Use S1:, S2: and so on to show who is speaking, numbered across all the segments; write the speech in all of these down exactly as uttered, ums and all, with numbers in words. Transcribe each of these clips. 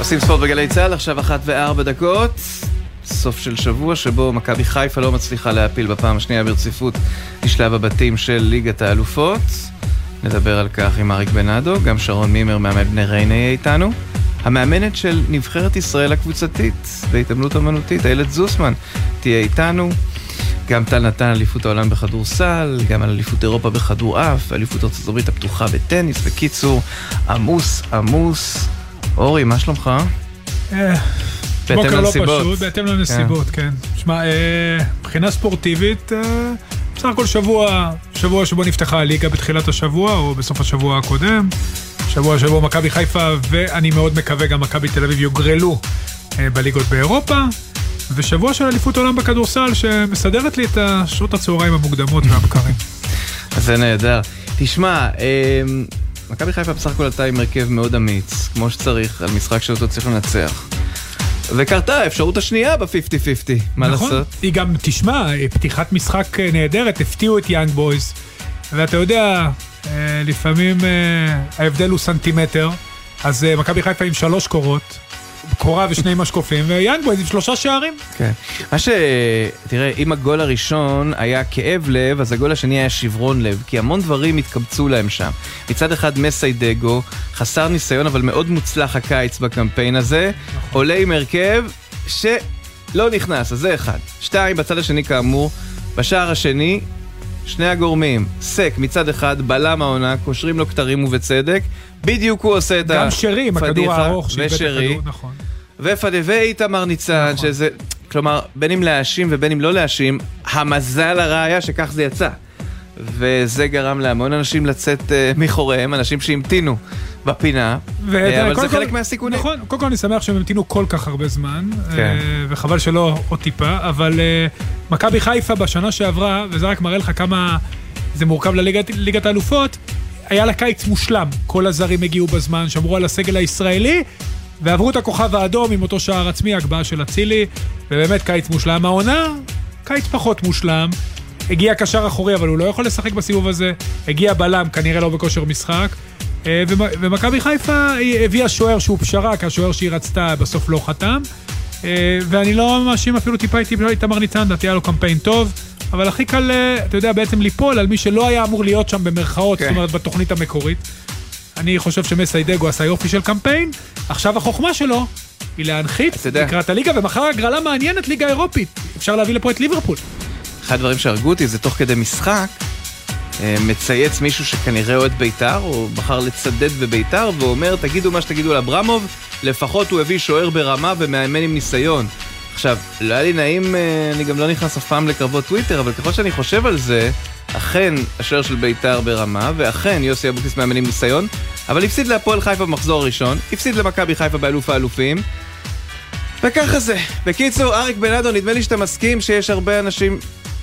S1: עושים ספורט בגלי צהל, עכשיו אחת וארבע דקות, סוף של שבוע שבו מכבי חיפה לא מצליחה להפיל בפעם השנייה ברציפות לשלב הבתים של ליגת האלופות. נדבר על כך עם אריק בנאדו, גם שרון מימר מאמן בני ריינה יהיה איתנו. המאמנת של נבחרת ישראל הקבוצתית בהתעמלות אמנותית, איילת זוסמן, תהיה איתנו. גם טל נתן אליפות העולם בכדורסל, גם על אליפות אירופה בכדורעף, אליפות ארצות הברית הפתוחה בטניס. בקיצור, עמוס, עמוס. אורי, מה שלומך?
S2: בוקר לא פשוט, בהתאם לנסיבות, כן. שמע, מבחינה ספורטיבית, בסך הכל שבוע, שבוע שבו נפתחה הליגה בתחילת השבוע, או בסוף השבוע הקודם, שבוע שבו מכבי חיפה, ואני מאוד מקווה גם מכבי תל אביב יוגרלו בליגות באירופה, ושבוע של אליפות עולם בכדורסל, שמסדרת לי את שעות הצהריים המוקדמות והבקרים.
S1: אז זה נהדר. תשמע, מכבי חיפה בסך הכל עלתה עם הרכב מאוד אמיץ, כמו שצריך, על משחק שאותו צריך לנצח. וקרתה האפשרות השנייה ב-חמישים חמישים, מה
S2: נכון. לעשות? היא גם, תשמע, פתיחת משחק נהדרת, הפתיעו את יאנג בויז, ואתה יודע, לפעמים ההבדל הוא סנטימטר, אז מכבי חיפה עם שלוש קורות, קורה ושני משקופים, ויאנג בויז עם שלושה שערים.
S1: כן. מה ש... תראה, אם הגול הראשון היה כאב לב, אז הגול השני היה שברון לב, כי המון דברים התקבצו להם שם. מצד אחד מסיידגו, חסר ניסיון, אבל מאוד מוצלח הקיץ בקמפיין הזה, עולה עם הרכב שלא נכנס, אז זה אחד. שתיים, בצד השני כאמור, בשער השני, שני הגורמים, סק מצד אחד, בלם העונה, קושרים לו כתרים ובצדק, בדיוק הוא עושה את
S2: גם שרי, עם הכדור הארוך,
S1: ושרי, נכון. ופדווי תמר ניצן, נכון. שזה, כלומר, בין אם להאשים ובין אם לא להאשים, המזל הרע היה שכך זה יצא. וזה גרם להמון אנשים לצאת uh, מחוריהם, אנשים שהמתינו בפינה, ו- אבל זה כל, חלק מהסיכונים.
S2: נכון, קודם כל אני שמח שהם המתינו כל כך הרבה זמן, כן. uh, וחבל שלא עוד טיפה, אבל uh, מכבי חיפה בשנה שעברה, וזה רק מראה לך כמה זה מורכב לליגת האלופות, היה לה קיץ מושלם, כל הזרים הגיעו בזמן, שמרו על הסגל הישראלי, ועברו את הכוכב האדום עם אותו שער עצמי, הגבהה של אצילי, ובאמת קיץ מושלם. העונה, קיץ פחות מושלם, הגיע קשר אחורי, אבל הוא לא יכול לשחק בסיבוב הזה, הגיע בלם, כנראה לא בכושר משחק, ומכבי חיפה הביאה שוער שהוא פשרה, כי השוער שהיא רצתה בסוף לא חתם, ואני לא מאשים אפילו טיפה איתי תמר ניצן, דעתי היה לו קמפיין טוב, אבל הכי קל, אתה יודע, בעצם ליפול על מי שלא היה אמור להיות שם במרכאות, זאת אומרת, בתוכנית המקורית. אני חושב שמסיידגו עשה יופי של קמפיין, עכשיו החוכמה שלו היא להנחית לקראת הליגה, ומחר הגרלה מעניינת ליגה אירופית. אפשר להביא לפה את ליברפול.
S1: אחד הדברים שהרגו אותי זה תוך כדי משחק, מצייץ מישהו שכנראה אוהד ביתר, או בחר לצדד בביתר, ואומר, תגידו מה שתגידו על אברמוב, לפחות הוא הביא שוער ברמה ומאמן עם ניסיון. עכשיו, לא היה לי נעים, אני גם לא נכנס אף פעם לקרבות טוויטר, אבל ככל שאני חושב על זה, אכן השוער של ביתר ברמה, ואכן יוסי אבוקסיס מאמן עם ניסיון, אבל הפסיד להפועל חיפה במחזור הראשון, הפסיד למכבי חיפה באלוף האלופים, וככה זה. בקיצור, אריק בנאדו, נדמה לי שאתה מסכים שיש הרבה אנשים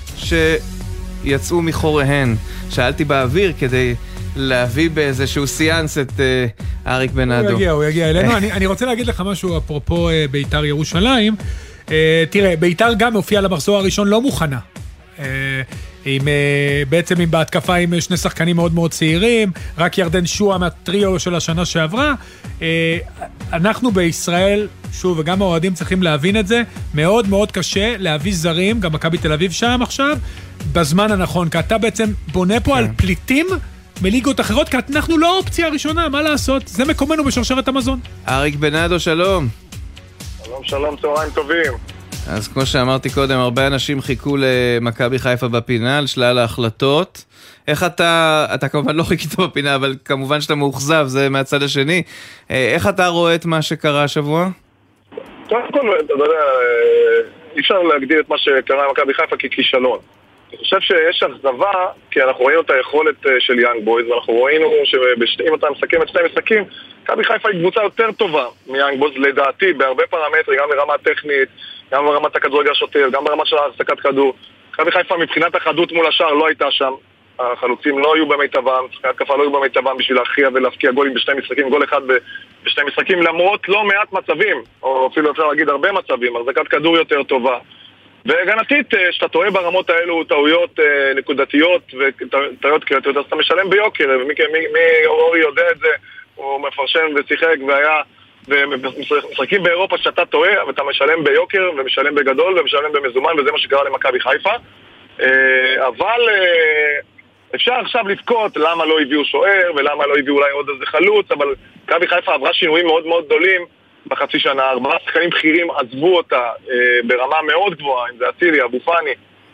S1: שיצאו מחוריהן. שאלתי באוויר כדי להביא באיזשהו סיאנס את uh, אריק בנאדו.
S2: הוא יגיע, הוא יגיע אלינו. אני, אני רוצה להגיד לך משהו אפרופו uh, ביתר ירושלים. Uh, תראה, ביתר גם הופיע למחזור הראשון לא מוכנה. Uh, עם, uh, בעצם עם בהתקפה עם שני שחקנים מאוד מאוד צעירים, רק ירדן שועה מהטריו של השנה שעברה. Uh, אנחנו בישראל, שוב, וגם האוהדים צריכים להבין את זה, מאוד מאוד קשה להביא זרים, גם מכבי תל אביב שם עכשיו, בזמן הנכון, כי אתה בעצם בונה פה כן. על פליטים מליגות אחרות, כי אנחנו לא האופציה הראשונה, מה לעשות? זה מקומנו בשרשרת המזון.
S1: אריק בנאדו, שלום.
S3: שלום, שלום, צהריים טובים.
S1: אז כמו שאמרתי קודם, הרבה אנשים חיכו למכבי חיפה בפינה, על שלל ההחלטות. איך אתה, אתה כמובן לא חיכית בפינה, אבל כמובן שאתה מאוכזב, זה מהצד השני. איך אתה רואה את מה שקרה השבוע?
S3: קודם כל, אתה יודע, אי אפשר להגדיר את מה שקרה במכבי חיפה ככישלון. אני חושב שיש אכזבה, כי אנחנו ראינו את היכולת של יאנג בויז, ואנחנו ראינו שאם אתה מסכם את שני משחקים, מכבי חיפה היא קבוצה יותר טובה מיאנג בויז, לדעתי, בהרבה פרמטרים, גם ברמה הטכנית, גם ברמת הכדורגל השוטף, גם ברמה של העסקת כדור. מכבי חיפה מבחינת החדות מול השאר לא הייתה שם. החלוצים לא היו במיטבם, שחקני התקפה לא היו במיטבם בשביל להכריע ולהפקיע גולים בשני משחקים, גול אחד בשני משחקים, למרות לא מעט מצבים, או אפילו אפשר להגיד הרבה מצבים, החזקת כדור יותר טובה. והגנתית, שאתה טועה ברמות האלו טעויות נקודתיות וטעויות קריטיות, אז אתה משלם ביוקר, ומי אורי יודע את זה, הוא מפרשן ושיחק והיה ומשחקים באירופה שאתה טועה, ואתה משלם ביוקר, ומשלם בגדול, ומשלם במזומן, וזה מה שקרה למכבי חיפה. אבל אפשר עכשיו לבכות למה לא הביאו שוער, ולמה לא הביאו אולי עוד איזה חלוץ, אבל מכבי חיפה עברה שינויים מאוד מאוד גדולים בחצי שנה. ארבעה שחקנים בכירים עזבו אותה ברמה מאוד גבוהה, אם זה אצילי, אבו פאני,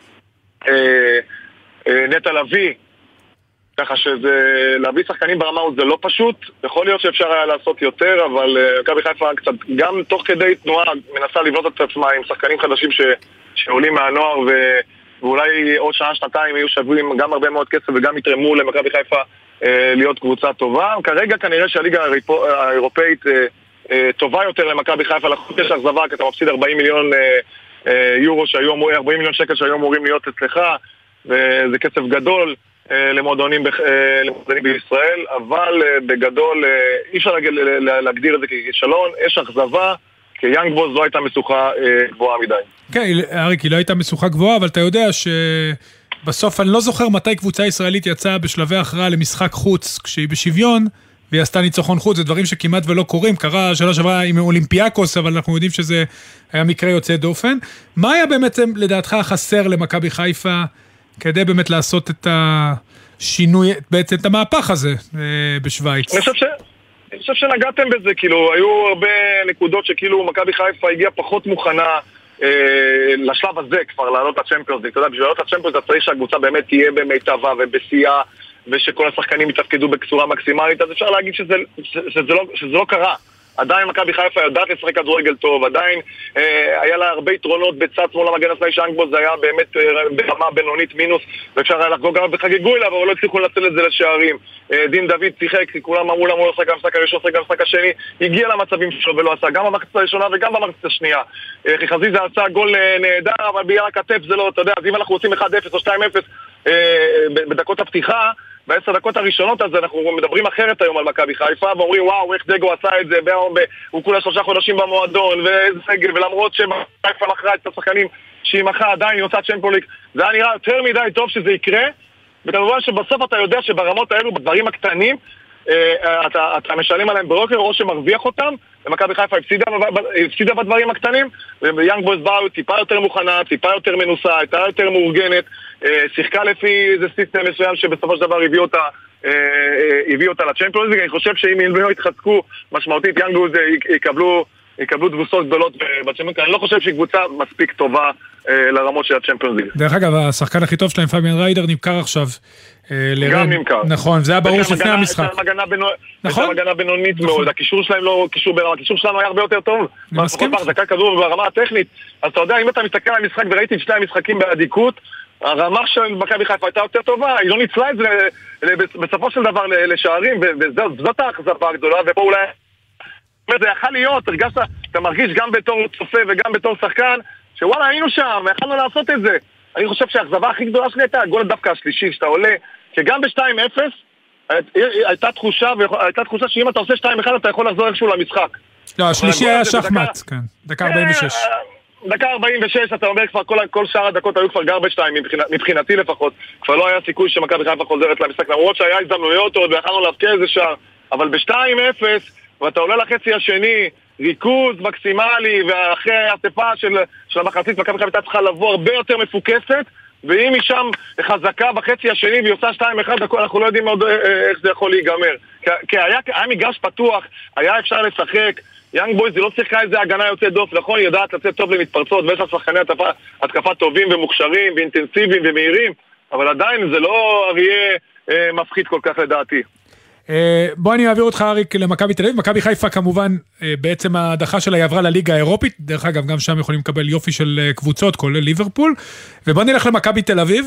S3: נטע לביא, ככה שזה, להביא שחקנים ברמה הזאת זה לא פשוט, יכול להיות שאפשר היה לעשות יותר, אבל מכבי חיפה קצת, גם תוך כדי תנועה מנסה לבנות את עצמה עם שחקנים חדשים ש, שעולים מהנוער, ו, ואולי עוד שנה, שנתיים יהיו שווים גם הרבה מאוד כסף וגם יתרמו למכבי חיפה אה, להיות קבוצה טובה. כרגע כנראה שהליגה האירופאית אה, אה, טובה יותר למכבי חיפה, לחוץ יש אכזבה, כי אתה מפסיד ארבעים מיליון אה, אה, יורו שהיום, ארבעים מיליון שקל שהיום אמורים להיות אצלך, וזה כסף גדול למועדונים בישראל, אבל בגדול אי אפשר להגדיר את זה ככישלון, יש אכזבה, כי יאנג בוז לא הייתה משוכה גבוהה מדי. כן,
S2: אריק, היא לא הייתה משוכה גבוהה, אבל אתה יודע שבסוף אני לא זוכר מתי קבוצה ישראלית יצאה בשלבי הכרעה למשחק חוץ כשהיא בשוויון, והיא עשתה ניצחון חוץ, זה דברים שכמעט ולא קורים, קרה שנה שעברה עם אולימפיאקוס, אבל אנחנו יודעים שזה היה מקרה יוצא דופן. מה היה באמת לדעתך חסר למכבי חיפה כדי באמת לעשות את השינוי, בעצם את המהפך הזה בשוויץ?
S3: אני חושב ש... אני חושב שנגעתם בזה, כאילו, היו הרבה נקודות שכאילו מכבי חיפה הגיעה פחות מוכנה אה, לשלב הזה כבר, לעלות לצ'מפיונס ליג. אתה יודע, בשביל לעלות לצ'מפיונס ליג צריך שהקבוצה באמת תהיה במיטבה ובשיאה, ושכל השחקנים יתפקדו בצורה מקסימלית, אז אפשר להגיד שזה, שזה, לא, שזה לא קרה. עדיין מכבי חיפה יודעת לשחק כדורגל טוב, עדיין אה, היה לה הרבה יתרונות בצד שמאל המגן השמאלי שיאנג בוז, זה היה באמת אה, ברמה בינונית מינוס, ואפשר היה לחגוג גם וחגגו אליו, אבל לא הצליחו לנצל את זה לשערים. אה, דין דוד שיחק, כולם אמרו למה הוא עושה גם משחק הראשון, גם משחק השני, הגיע למצבים שלו ולא עשה, גם במחצית הראשונה וגם במחצית השנייה. אה, חזיזה עשה גול אה, נהדר, אבל בירה כתף זה לא, אתה יודע, אז אם אנחנו עושים אחד אפס או שתיים אפס אה, בדקות הפתיחה, בעשר דקות הראשונות אז אנחנו מדברים אחרת היום על מכבי חיפה, ואומרים וואו, איך דגו עשה את זה, הוא כולה שלושה חודשים במועדון, ואיזה סגל, ולמרות שחיפה מכרה את השחקנים שהיא מכרה עדיין, היא עושה צ'מפיונס ליג, זה היה נראה יותר מדי טוב שזה יקרה, וכמובן שבסוף אתה יודע שברמות האלו, בדברים הקטנים, אתה, אתה משלם עליהם ברוקר או שמרוויח אותם, ומכבי חיפה הפסידה, הפסידה בדברים הקטנים, ויאנג בויז באו טיפה יותר מוכנה, טיפה יותר מנוסה, הייתה יותר מאורגנת, שיחקה לפי איזה סיסטם מסוים שבסופו של דבר הביא אותה, הביא אותה לצ'מפיונס ליג. אני חושב שאם הם לא יתחזקו משמעותית, יאנג בויז יקבלו, יקבלו תבוסות גדולות בצ'מפיונס ליג. אני לא חושב שהיא קבוצה מספיק טובה לרמות של הצ'מפיונס ליג.
S2: דרך אגב, השחקן הכי טוב שלהם, פאביאן ריידר, נמכר עכשיו.
S3: גם נמכר.
S2: נכון, זה היה ברור לפני המשחק.
S3: יש להם הגנה בינונית מאוד, הקישור שלהם לא קישור ברמה, הקישור שלנו היה הרבה יותר טוב. לפחות בהחזקה כדור ברמה הטכנית. אז אתה יודע, אם אתה מסתכל על המשחק וראיתי את שני המשחקים באדיקות, הרמה של מכבי חיפה הייתה יותר טובה, היא לא ניצלה את זה בסופו של דבר לשערים, וזאת האכזבה הגדולה, ופה אולי זה יכול להיות, הרגשת, אתה מרגיש גם בתור צופה וגם בתור שחקן, שוואלה היינו שם, ויכולנו לעשות את זה. אני חושב שהאכזבה הכי גדולה שלי הייתה הגול דווקא השלישי, שאתה עולה, שגם ב-שתיים אפס הייתה תחושה, והייתה תחושה שאם אתה עושה שתיים אחד אתה יכול לחזור איכשהו למשחק.
S2: לא, השלישי היה שחמט, כן, דקה ארבעים ושש.
S3: דקה ארבעים ושש, אתה אומר כבר, כל, כל שאר הדקות היו כבר גרבג' טיים, מבחינת, מבחינתי לפחות, כבר לא היה סיכוי שמכבי חיפה חוזרת למשחק, למרות שהיה הזדמנויות עוד, ויכלנו להבקיע איזה שער, אבל ב-שתיים אפס, ואתה עולה לחצי השני, ריכוז מקסימלי, ואחרי העטפה של, של המחצית, מכבי חיפה הייתה צריכה לבוא הרבה יותר מפוקסת, ואם היא שם חזקה בחצי השני, והיא עושה שתיים אחד, אנחנו לא יודעים עוד איך זה יכול להיגמר. כי היה, היה מגרש פתוח, היה אפשר לשחק, יאנג בויז, היא לא צריכה איזה הגנה יוצא דוף, נכון, היא יודעת לצאת טוב למתפרצות, ויש לה שחקני התקפה, התקפה טובים ומוכשרים, ואינטנסיביים ומהירים, אבל עדיין זה לא אריה אה, מפחיד כל כך לדעתי.
S2: אה, בוא אני אעביר אותך אריק למכבי תל אביב, מכבי חיפה כמובן, אה, בעצם ההדחה שלה היא עברה לליגה האירופית, דרך אגב גם שם יכולים לקבל יופי של אה, קבוצות, כולל ליברפול, ובוא נלך למכבי תל אביב,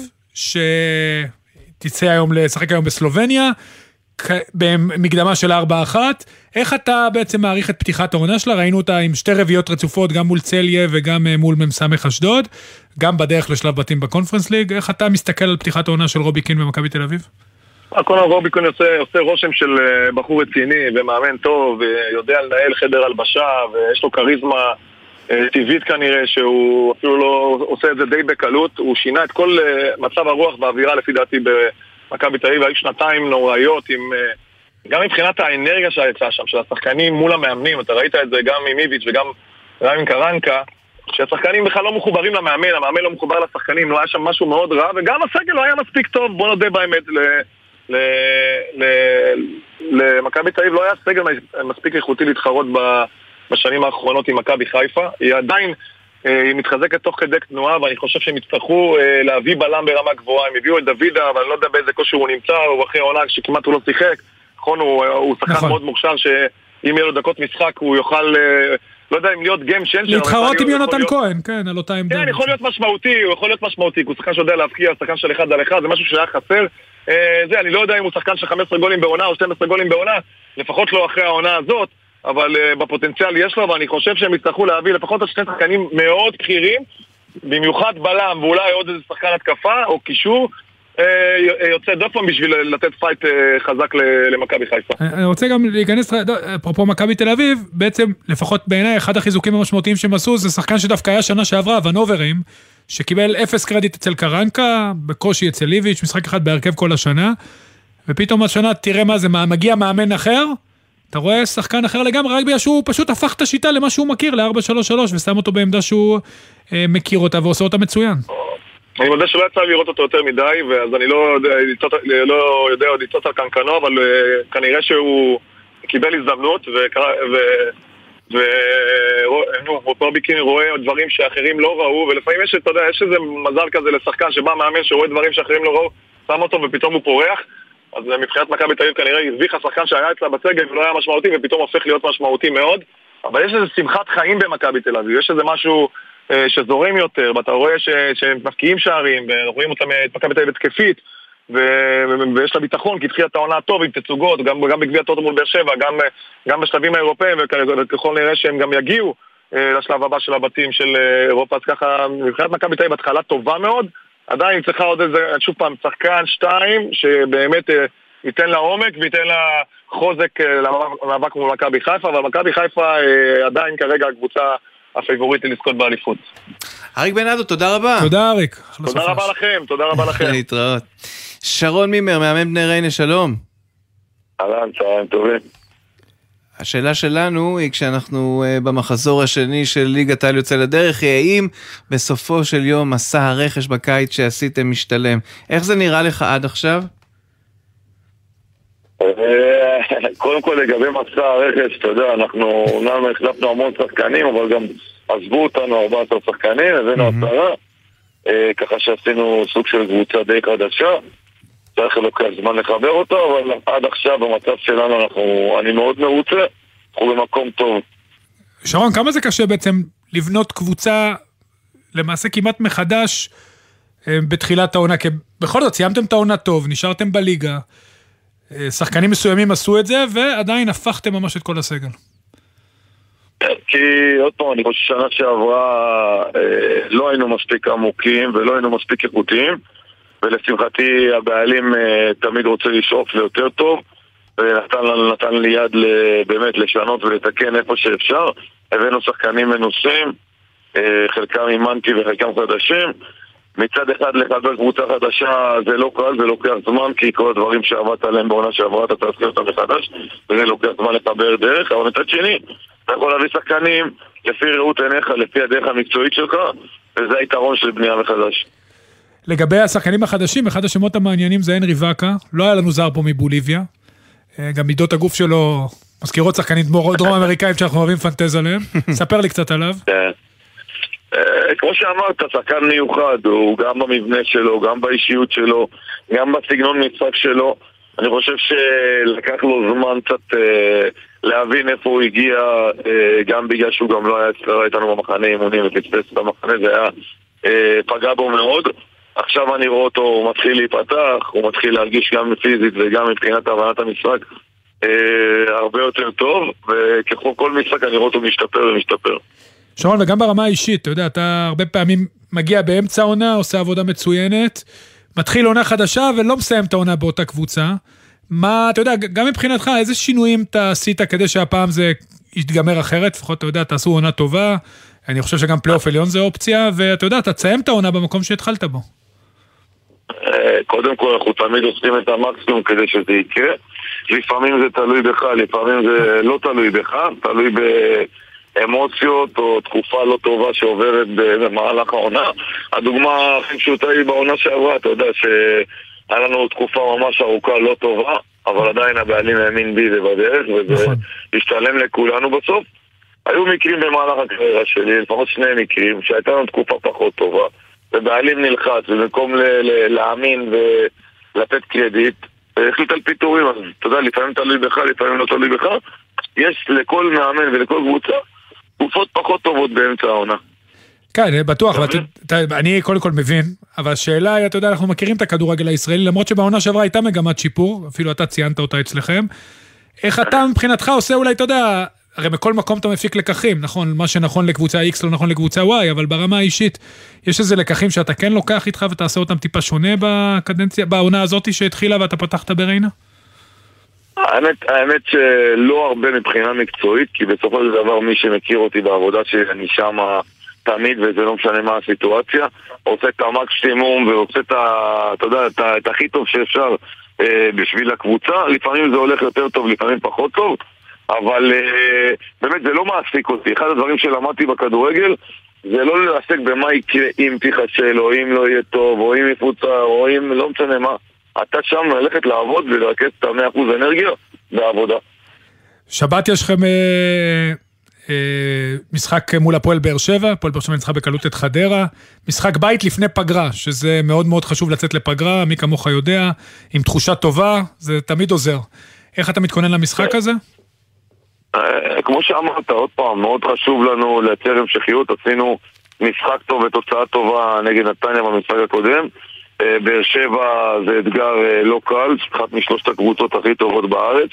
S2: שתצא היום לשחק היום בסלובניה, במקדמה של ארבע אחת, איך אתה בעצם מעריך את פתיחת העונה שלה? ראינו אותה עם שתי רביעיות רצופות, גם מול צליה וגם מול ממסמך אשדוד, גם בדרך לשלב בתים בקונפרנס ליג, איך אתה מסתכל על פתיחת העונה של רובי קין במכבי תל אביב?
S3: קודם רובי קין עושה, עושה רושם של בחור רציני ומאמן טוב, ויודע לנהל חדר הלבשה, ויש לו קריזמה טבעית כנראה, שהוא אפילו לא עושה את זה די בקלות, הוא שינה את כל מצב הרוח והאווירה לפי דעתי במכבי תל אביב, היו שנתיים נוראיות עם, גם מבחינת האנרגיה שהייתה שם, של השחקנים מול המאמנים, אתה ראית את זה גם עם איביץ' וגם עם קרנקה, שהשחקנים בכלל לא מחוברים למאמן, המאמן לא מחובר לשחקנים, לא היה שם משהו מאוד רע, וגם הסגל לא היה מספיק טוב, בוא נודה באמת, למכבי תל אביב לא היה סגל מספיק איכותי להתחרות בשנים האחרונות עם מכבי חיפה, היא עדיין היא מתחזקת תוך כדי תנועה, ואני חושב שהם יצטרכו להביא בלם ברמה גבוהה, הם הביאו את דוידה, אבל אני לא יודע באיזה כושר הוא נמצא, הוא אחרי עונה שכמעט הוא לא שיחק, נכון, הוא שחקן מאוד מוכשר, שאם יהיה לו דקות משחק הוא יוכל, לא יודע אם להיות גיים צ'יינג'ר,
S2: להתחרות עם יונתן כהן, כן, על אותה עמדה.
S3: כן, יכול להיות משמעותי, הוא יכול להיות משמעותי, הוא שחקן שיודע להבקיע, שחקן של אחד על אחד, זה משהו שהיה חסר, זה, אני לא יודע אם הוא שחקן של חמישה עשר גולים בעונה או שתים עשרה גולים בעונה, לפחות לא אחרי העונה הזאת, אבל uh, בפוטנציאל יש לו, ואני חושב שהם יצטרכו להביא לפחות על שני שחקנים מאוד בכירים, במיוחד בלם, ואולי עוד איזה שחקן התקפה או קישור, uh, יוצא דופן בשביל לתת פייט uh, חזק למכבי חיפה.
S2: אני רוצה גם להיכנס, אפרופו מכבי תל אביב, בעצם לפחות בעיניי אחד החיזוקים המשמעותיים שהם עשו, זה שחקן שדווקא היה שנה שעברה, ונוברים, שקיבל אפס קרדיט אצל קרנקה, בקושי אצל ליביץ', משחק אחד בהרכב כל השנה, ופתאום השנה תראה מה זה, מגיע מאמן אחר, אתה רואה שחקן אחר לגמרי, רק בגלל שהוא פשוט הפך את השיטה למה שהוא מכיר, ל-ארבע שלוש שלוש, ושם אותו בעמדה שהוא אה, מכיר אותה ועושה אותה מצוין.
S3: אני מודה שלא יצא לראות אותו יותר מדי, ואז אני לא יודע, לא יודע עוד לצאות על קנקנו, אבל uh, כנראה שהוא קיבל הזדמנות, ופרוביקין רואה דברים שאחרים לא ראו, ולפעמים יש, אתה יודע, יש איזה מזל כזה לשחקן שבא מאמן שרואה דברים שאחרים לא ראו, שם אותו ופתאום הוא פורח, אז מבחינת מכבי תל אביב כנראה הרוויחה שחקן שהיה אצלה בסגל ולא היה משמעותי ופתאום הופך להיות משמעותי מאוד, אבל יש איזה שמחת חיים במכבי תל אביב, יש איזה משהו אה, שזורם יותר, ואתה רואה ש, שהם מפקיעים שערים, ורואים אותם את מכבי תל אביב התקפית, ו, ויש לה ביטחון, כי התחילה את העונה טוב עם תצוגות, גם, גם בגביע הטוטו מול באר שבע, גם, גם בשלבים האירופאים, וככל נראה שהם גם יגיעו אה, לשלב הבא של הבתים של אירופה, אז ככה מבחינת מכבי תל אביב התחלה טובה מאוד, עדיין צריכה עוד איזה, שוב פעם, שחקן שתיים, שבאמת אה, ייתן לה עומק וייתן לה חוזק אה, למאבק מול מכבי חיפה, אבל מכבי חיפה אה, עדיין כרגע הקבוצה הפייבוריטית לזכות באליפות.
S1: אריק בנאדו, תודה רבה.
S2: תודה אריק.
S3: תודה רבה לכם, תודה רבה לכם.
S1: להתראות. שרון מימר, מאמן בני ריינה, שלום.
S4: אהלן, צהריים טובים.
S1: השאלה שלנו היא כשאנחנו במחזור השני של ליגת העל יוצא לדרך, היא האם בסופו של יום מסע הרכש בקיץ שעשיתם משתלם. איך זה נראה לך עד עכשיו?
S4: קודם כל לגבי מסע הרכש, אתה יודע, אנחנו אומנם החלפנו המון שחקנים, אבל גם עזבו אותנו ארבעה עשר שחקנים, הבאנו עשרה, ככה שעשינו סוג של קבוצה די חדשה. צריך לוקח זמן לחבר אותו, אבל עד עכשיו במצב שלנו אנחנו, אני מאוד מרוצה, אנחנו במקום טוב.
S2: שרון, כמה זה קשה בעצם לבנות קבוצה למעשה כמעט מחדש בתחילת העונה? כי בכל זאת סיימתם את העונה טוב, נשארתם בליגה, שחקנים מסוימים עשו את זה, ועדיין הפכתם ממש את כל הסגל.
S4: כי עוד פעם, אני חושב ששנה שעברה לא היינו מספיק עמוקים ולא היינו מספיק איכותיים, ולשמחתי הבעלים uh, תמיד רוצה לשאוף ליותר טוב, ונתן נתן לי יד באמת לשנות ולתקן איפה שאפשר. הבאנו שחקנים מנוסים, uh, חלקם אימנתי וחלקם חדשים. מצד אחד לחבר קבוצה חדשה זה לא קל, זה לוקח זמן, כי כל הדברים שעבדת עליהם בעונה שעברה אתה תעשה אותם מחדש, וזה לוקח זמן לחבר דרך. אבל מצד שני, אתה יכול להביא שחקנים לפי ראות עיניך, לפי הדרך המקצועית שלך, וזה היתרון של בנייה מחדש.
S2: לגבי השחקנים החדשים, אחד השמות המעניינים זה הנרי ואקה, לא היה לנו זר פה מבוליביה, גם מידות הגוף שלו מזכירות שחקנים דרום אמריקאים שאנחנו אוהבים פנטז עליהם, ספר לי קצת עליו.
S4: כמו שאמרת, שחקן מיוחד, הוא גם במבנה שלו, גם באישיות שלו, גם בסגנון משחק שלו, אני חושב שלקח לו זמן קצת להבין איפה הוא הגיע, גם בגלל שהוא גם לא היה איתנו במחנה אימונים ופספס במחנה, זה היה פגע בו מאוד. עכשיו אני רואה אותו, הוא מתחיל להיפתח, הוא מתחיל להרגיש גם פיזית וגם מבחינת הבנת המשחק אה, הרבה יותר טוב, וככל כל משחק אני רואה אותו משתפר ומשתפר.
S2: שרון, וגם ברמה האישית, אתה יודע, אתה הרבה פעמים מגיע באמצע העונה, עושה עבודה מצוינת, מתחיל עונה חדשה ולא מסיים את העונה באותה קבוצה. מה, אתה יודע, גם מבחינתך, איזה שינויים אתה עשית כדי שהפעם זה יתגמר אחרת? לפחות, אתה יודע, תעשו עונה טובה, אני חושב שגם פלייאוף עליון זה אופציה, ואתה יודע, אתה תסיים את העונה במקום שהתחלת בו.
S4: קודם כל אנחנו תמיד עושים את המקסימום כדי שזה יקרה, לפעמים זה תלוי בך, לפעמים זה לא תלוי בך, תלוי באמוציות או תקופה לא טובה שעוברת במהלך העונה. הדוגמה הכי פשוטה היא בעונה שעברה, אתה יודע שהיה לנו תקופה ממש ארוכה לא טובה, אבל עדיין הבעלים האמין בי ובדרך, וזה השתלם לכולנו בסוף. היו מקרים במהלך הקריירה שלי, לפחות שני מקרים, שהייתה לנו תקופה פחות טובה, ובעלים נלחץ, ובמקום ל- ל- להאמין ולתת קרדיט, החליט על פיתורים. אז אתה יודע, לפעמים תלוי בך, לפעמים לא תלוי בך. יש לכל מאמן ולכל קבוצה תקופות פחות טובות באמצע העונה.
S2: כן, בטוח, אני קודם כל מבין, אבל השאלה היא, אתה יודע, אנחנו מכירים את הכדורגל הישראלי, למרות שבעונה שעברה הייתה מגמת שיפור, אפילו אתה ציינת אותה אצלכם, איך אתה מבחינתך עושה אולי, אתה יודע, הרי בכל מקום אתה מפיק לקחים, נכון, מה שנכון לקבוצה X לא נכון לקבוצה Y, אבל ברמה האישית, יש איזה לקחים שאתה כן לוקח איתך ותעשה אותם טיפה שונה בקדנציה, בעונה הזאת שהתחילה ואתה פתחת בריינה?
S4: האמת, האמת שלא הרבה מבחינה מקצועית, כי בסופו של דבר מי שמכיר אותי בעבודה שאני שם תמיד, וזה לא משנה מה הסיטואציה, עושה את המקסימום ועושה את, אתה יודע, את, את הכי טוב שאפשר אה, בשביל הקבוצה. לפעמים זה הולך יותר טוב, לפעמים פחות טוב, אבל אה, באמת זה לא מעסיק אותי. אחד הדברים שלמדתי בכדורגל זה לא לעסק במה יקרה אם תיחשל, או אם לא יהיה טוב, או אם יפוצה, או אם לא משנה מה. אתה שם ללכת לעבוד ולרכז את מאה אחוז אנרגיה בעבודה.
S2: שבת יש לכם אה, אה, משחק מול הפועל באר שבע, הפועל באר שבע ניצחה בקלות את חדרה, משחק בית לפני פגרה, שזה מאוד מאוד חשוב לצאת לפגרה, מי כמוך יודע, עם תחושה טובה, זה תמיד עוזר. איך אתה מתכונן למשחק הזה?
S4: כמו שאמרת, עוד פעם, מאוד חשוב לנו לייצר המשכיות, עשינו משחק טוב ותוצאה טובה נגד נתניה במשחק הקודם, באר שבע זה אתגר לא קל, אחת משלושת הקבוצות הכי טובות בארץ,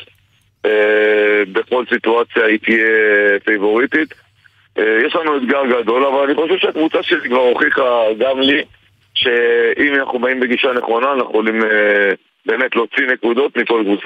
S4: בכל סיטואציה היא תהיה פייבוריטית. יש לנו אתגר גדול, אבל אני חושב שהקבוצה שלי כבר הוכיחה גם לי שאם אנחנו באים בגישה נכונה אנחנו יכולים באמת להוציא נקודות מכל קבוצה.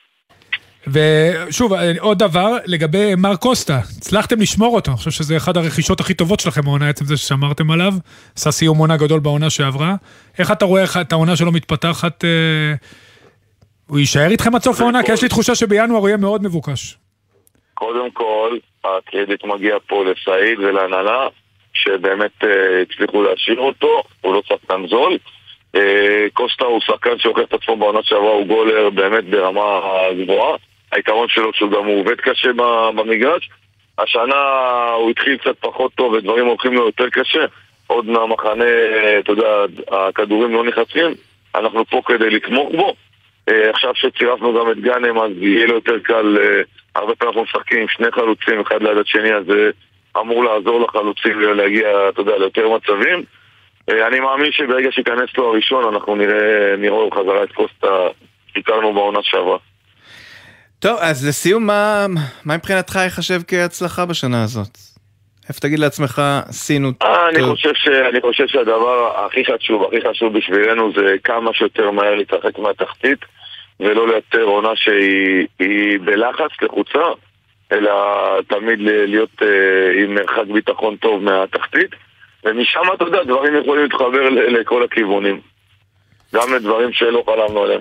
S2: ושוב, עוד דבר, לגבי מר קוסטה, הצלחתם לשמור אותו, אני חושב שזה אחד הרכישות הכי טובות שלכם בעונה, עצם זה ששמרתם עליו, עשה סיום עונה גדול בעונה שעברה, איך אתה רואה את העונה שלו מתפתחת, אה, הוא יישאר איתכם עד סוף העונה, כי יש לי תחושה שבינואר הוא יהיה מאוד מבוקש.
S4: קודם כל, הקרדיט מגיע פה לסעיד ולהנהלה, שבאמת אה, הצליחו להשאיר אותו, הוא לא שחקן זול, אה, קוסטה הוא שחקן שהוכיח את עצמו בעונה שעברה, הוא גולר באמת ברמה גבוהה, היתרון שלו שהוא גם הוא עובד קשה במגרש. השנה הוא התחיל קצת פחות טוב ודברים הולכים לו יותר קשה, עוד מהמחנה, אתה יודע, הכדורים לא נכנסים, אנחנו פה כדי לתמוך בו. עכשיו שצירפנו גם את גאנם, אז יהיה לו יותר קל, הרבה פעמים אנחנו משחקים עם שני חלוצים אחד ליד השני, אז זה אמור לעזור לחלוצים להגיע, אתה יודע, ליותר מצבים. אני מאמין שברגע שיכנס לו הראשון אנחנו נראה, נראה חזרה את קוסטה שהכרנו בעונה שעברה.
S1: טוב, אז לסיום, מה, מה מבחינתך יחשב כהצלחה בשנה הזאת? איפה תגיד לעצמך, עשינו טוב?
S4: אני חושב ש, אני חושב שהדבר הכי חשוב, הכי חשוב בשבילנו זה כמה שיותר מהר להתרחק מהתחתית, ולא לייצר עונה שהיא בלחץ לחוצה, אלא תמיד להיות uh, עם מרחק ביטחון טוב מהתחתית, ומשם אתה יודע, דברים יכולים להתחבר לכל הכיוונים. גם לדברים שלא חלמנו עליהם.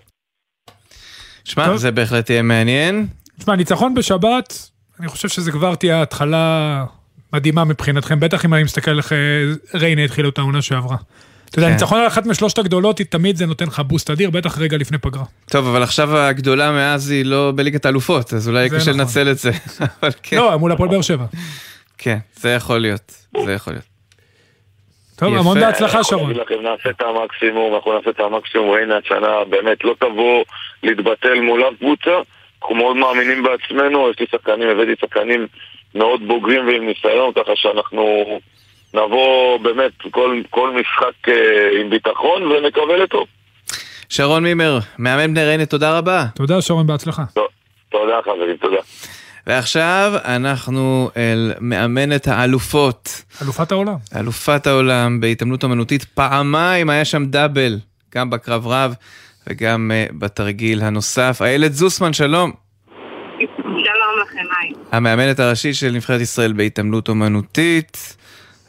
S1: שמע, זה בהחלט יהיה מעניין.
S2: שמע, ניצחון בשבת, אני חושב שזה כבר תהיה התחלה מדהימה מבחינתכם, בטח אם אני מסתכל איך ריינה התחילה את העונה שעברה. אתה יודע, ניצחון על אחת משלושת הגדולות, תמיד זה נותן לך בוסט אדיר, בטח רגע לפני פגרה.
S1: טוב, אבל עכשיו הגדולה מאז היא לא בליגת האלופות, אז אולי קשה לנצל את זה.
S2: לא, מול הפועל באר שבע.
S1: כן, זה יכול להיות, זה יכול להיות.
S2: טוב, המון בהצלחה שרון.
S4: נעשה את המקסימום, אנחנו נעשה את המקסימום, ריינה השנה באמת לא תבוא להתבטל מול אף קבוצה, אנחנו מאוד מאמינים בעצמנו, יש לי שחקנים, הבאתי שחקנים מאוד בוגרים ועם ניסיון, ככה שאנחנו נבוא באמת כל, כל משחק עם ביטחון ונקבל אותו.
S1: שרון מימר, מאמן בני ריינה, תודה רבה.
S2: תודה שרון, בהצלחה.
S4: תודה חברים, תודה.
S1: ועכשיו אנחנו אל מאמנת האלופות.
S2: אלופת העולם.
S1: אלופת העולם בהתעמלות אמנותית, פעמיים היה שם דאבל, גם בקרב רב וגם uh, בתרגיל הנוסף. איילת זוסמן, שלום.
S5: שלום לכם, היי.
S1: המאמנת הראשית של נבחרת ישראל בהתעמלות אמנותית,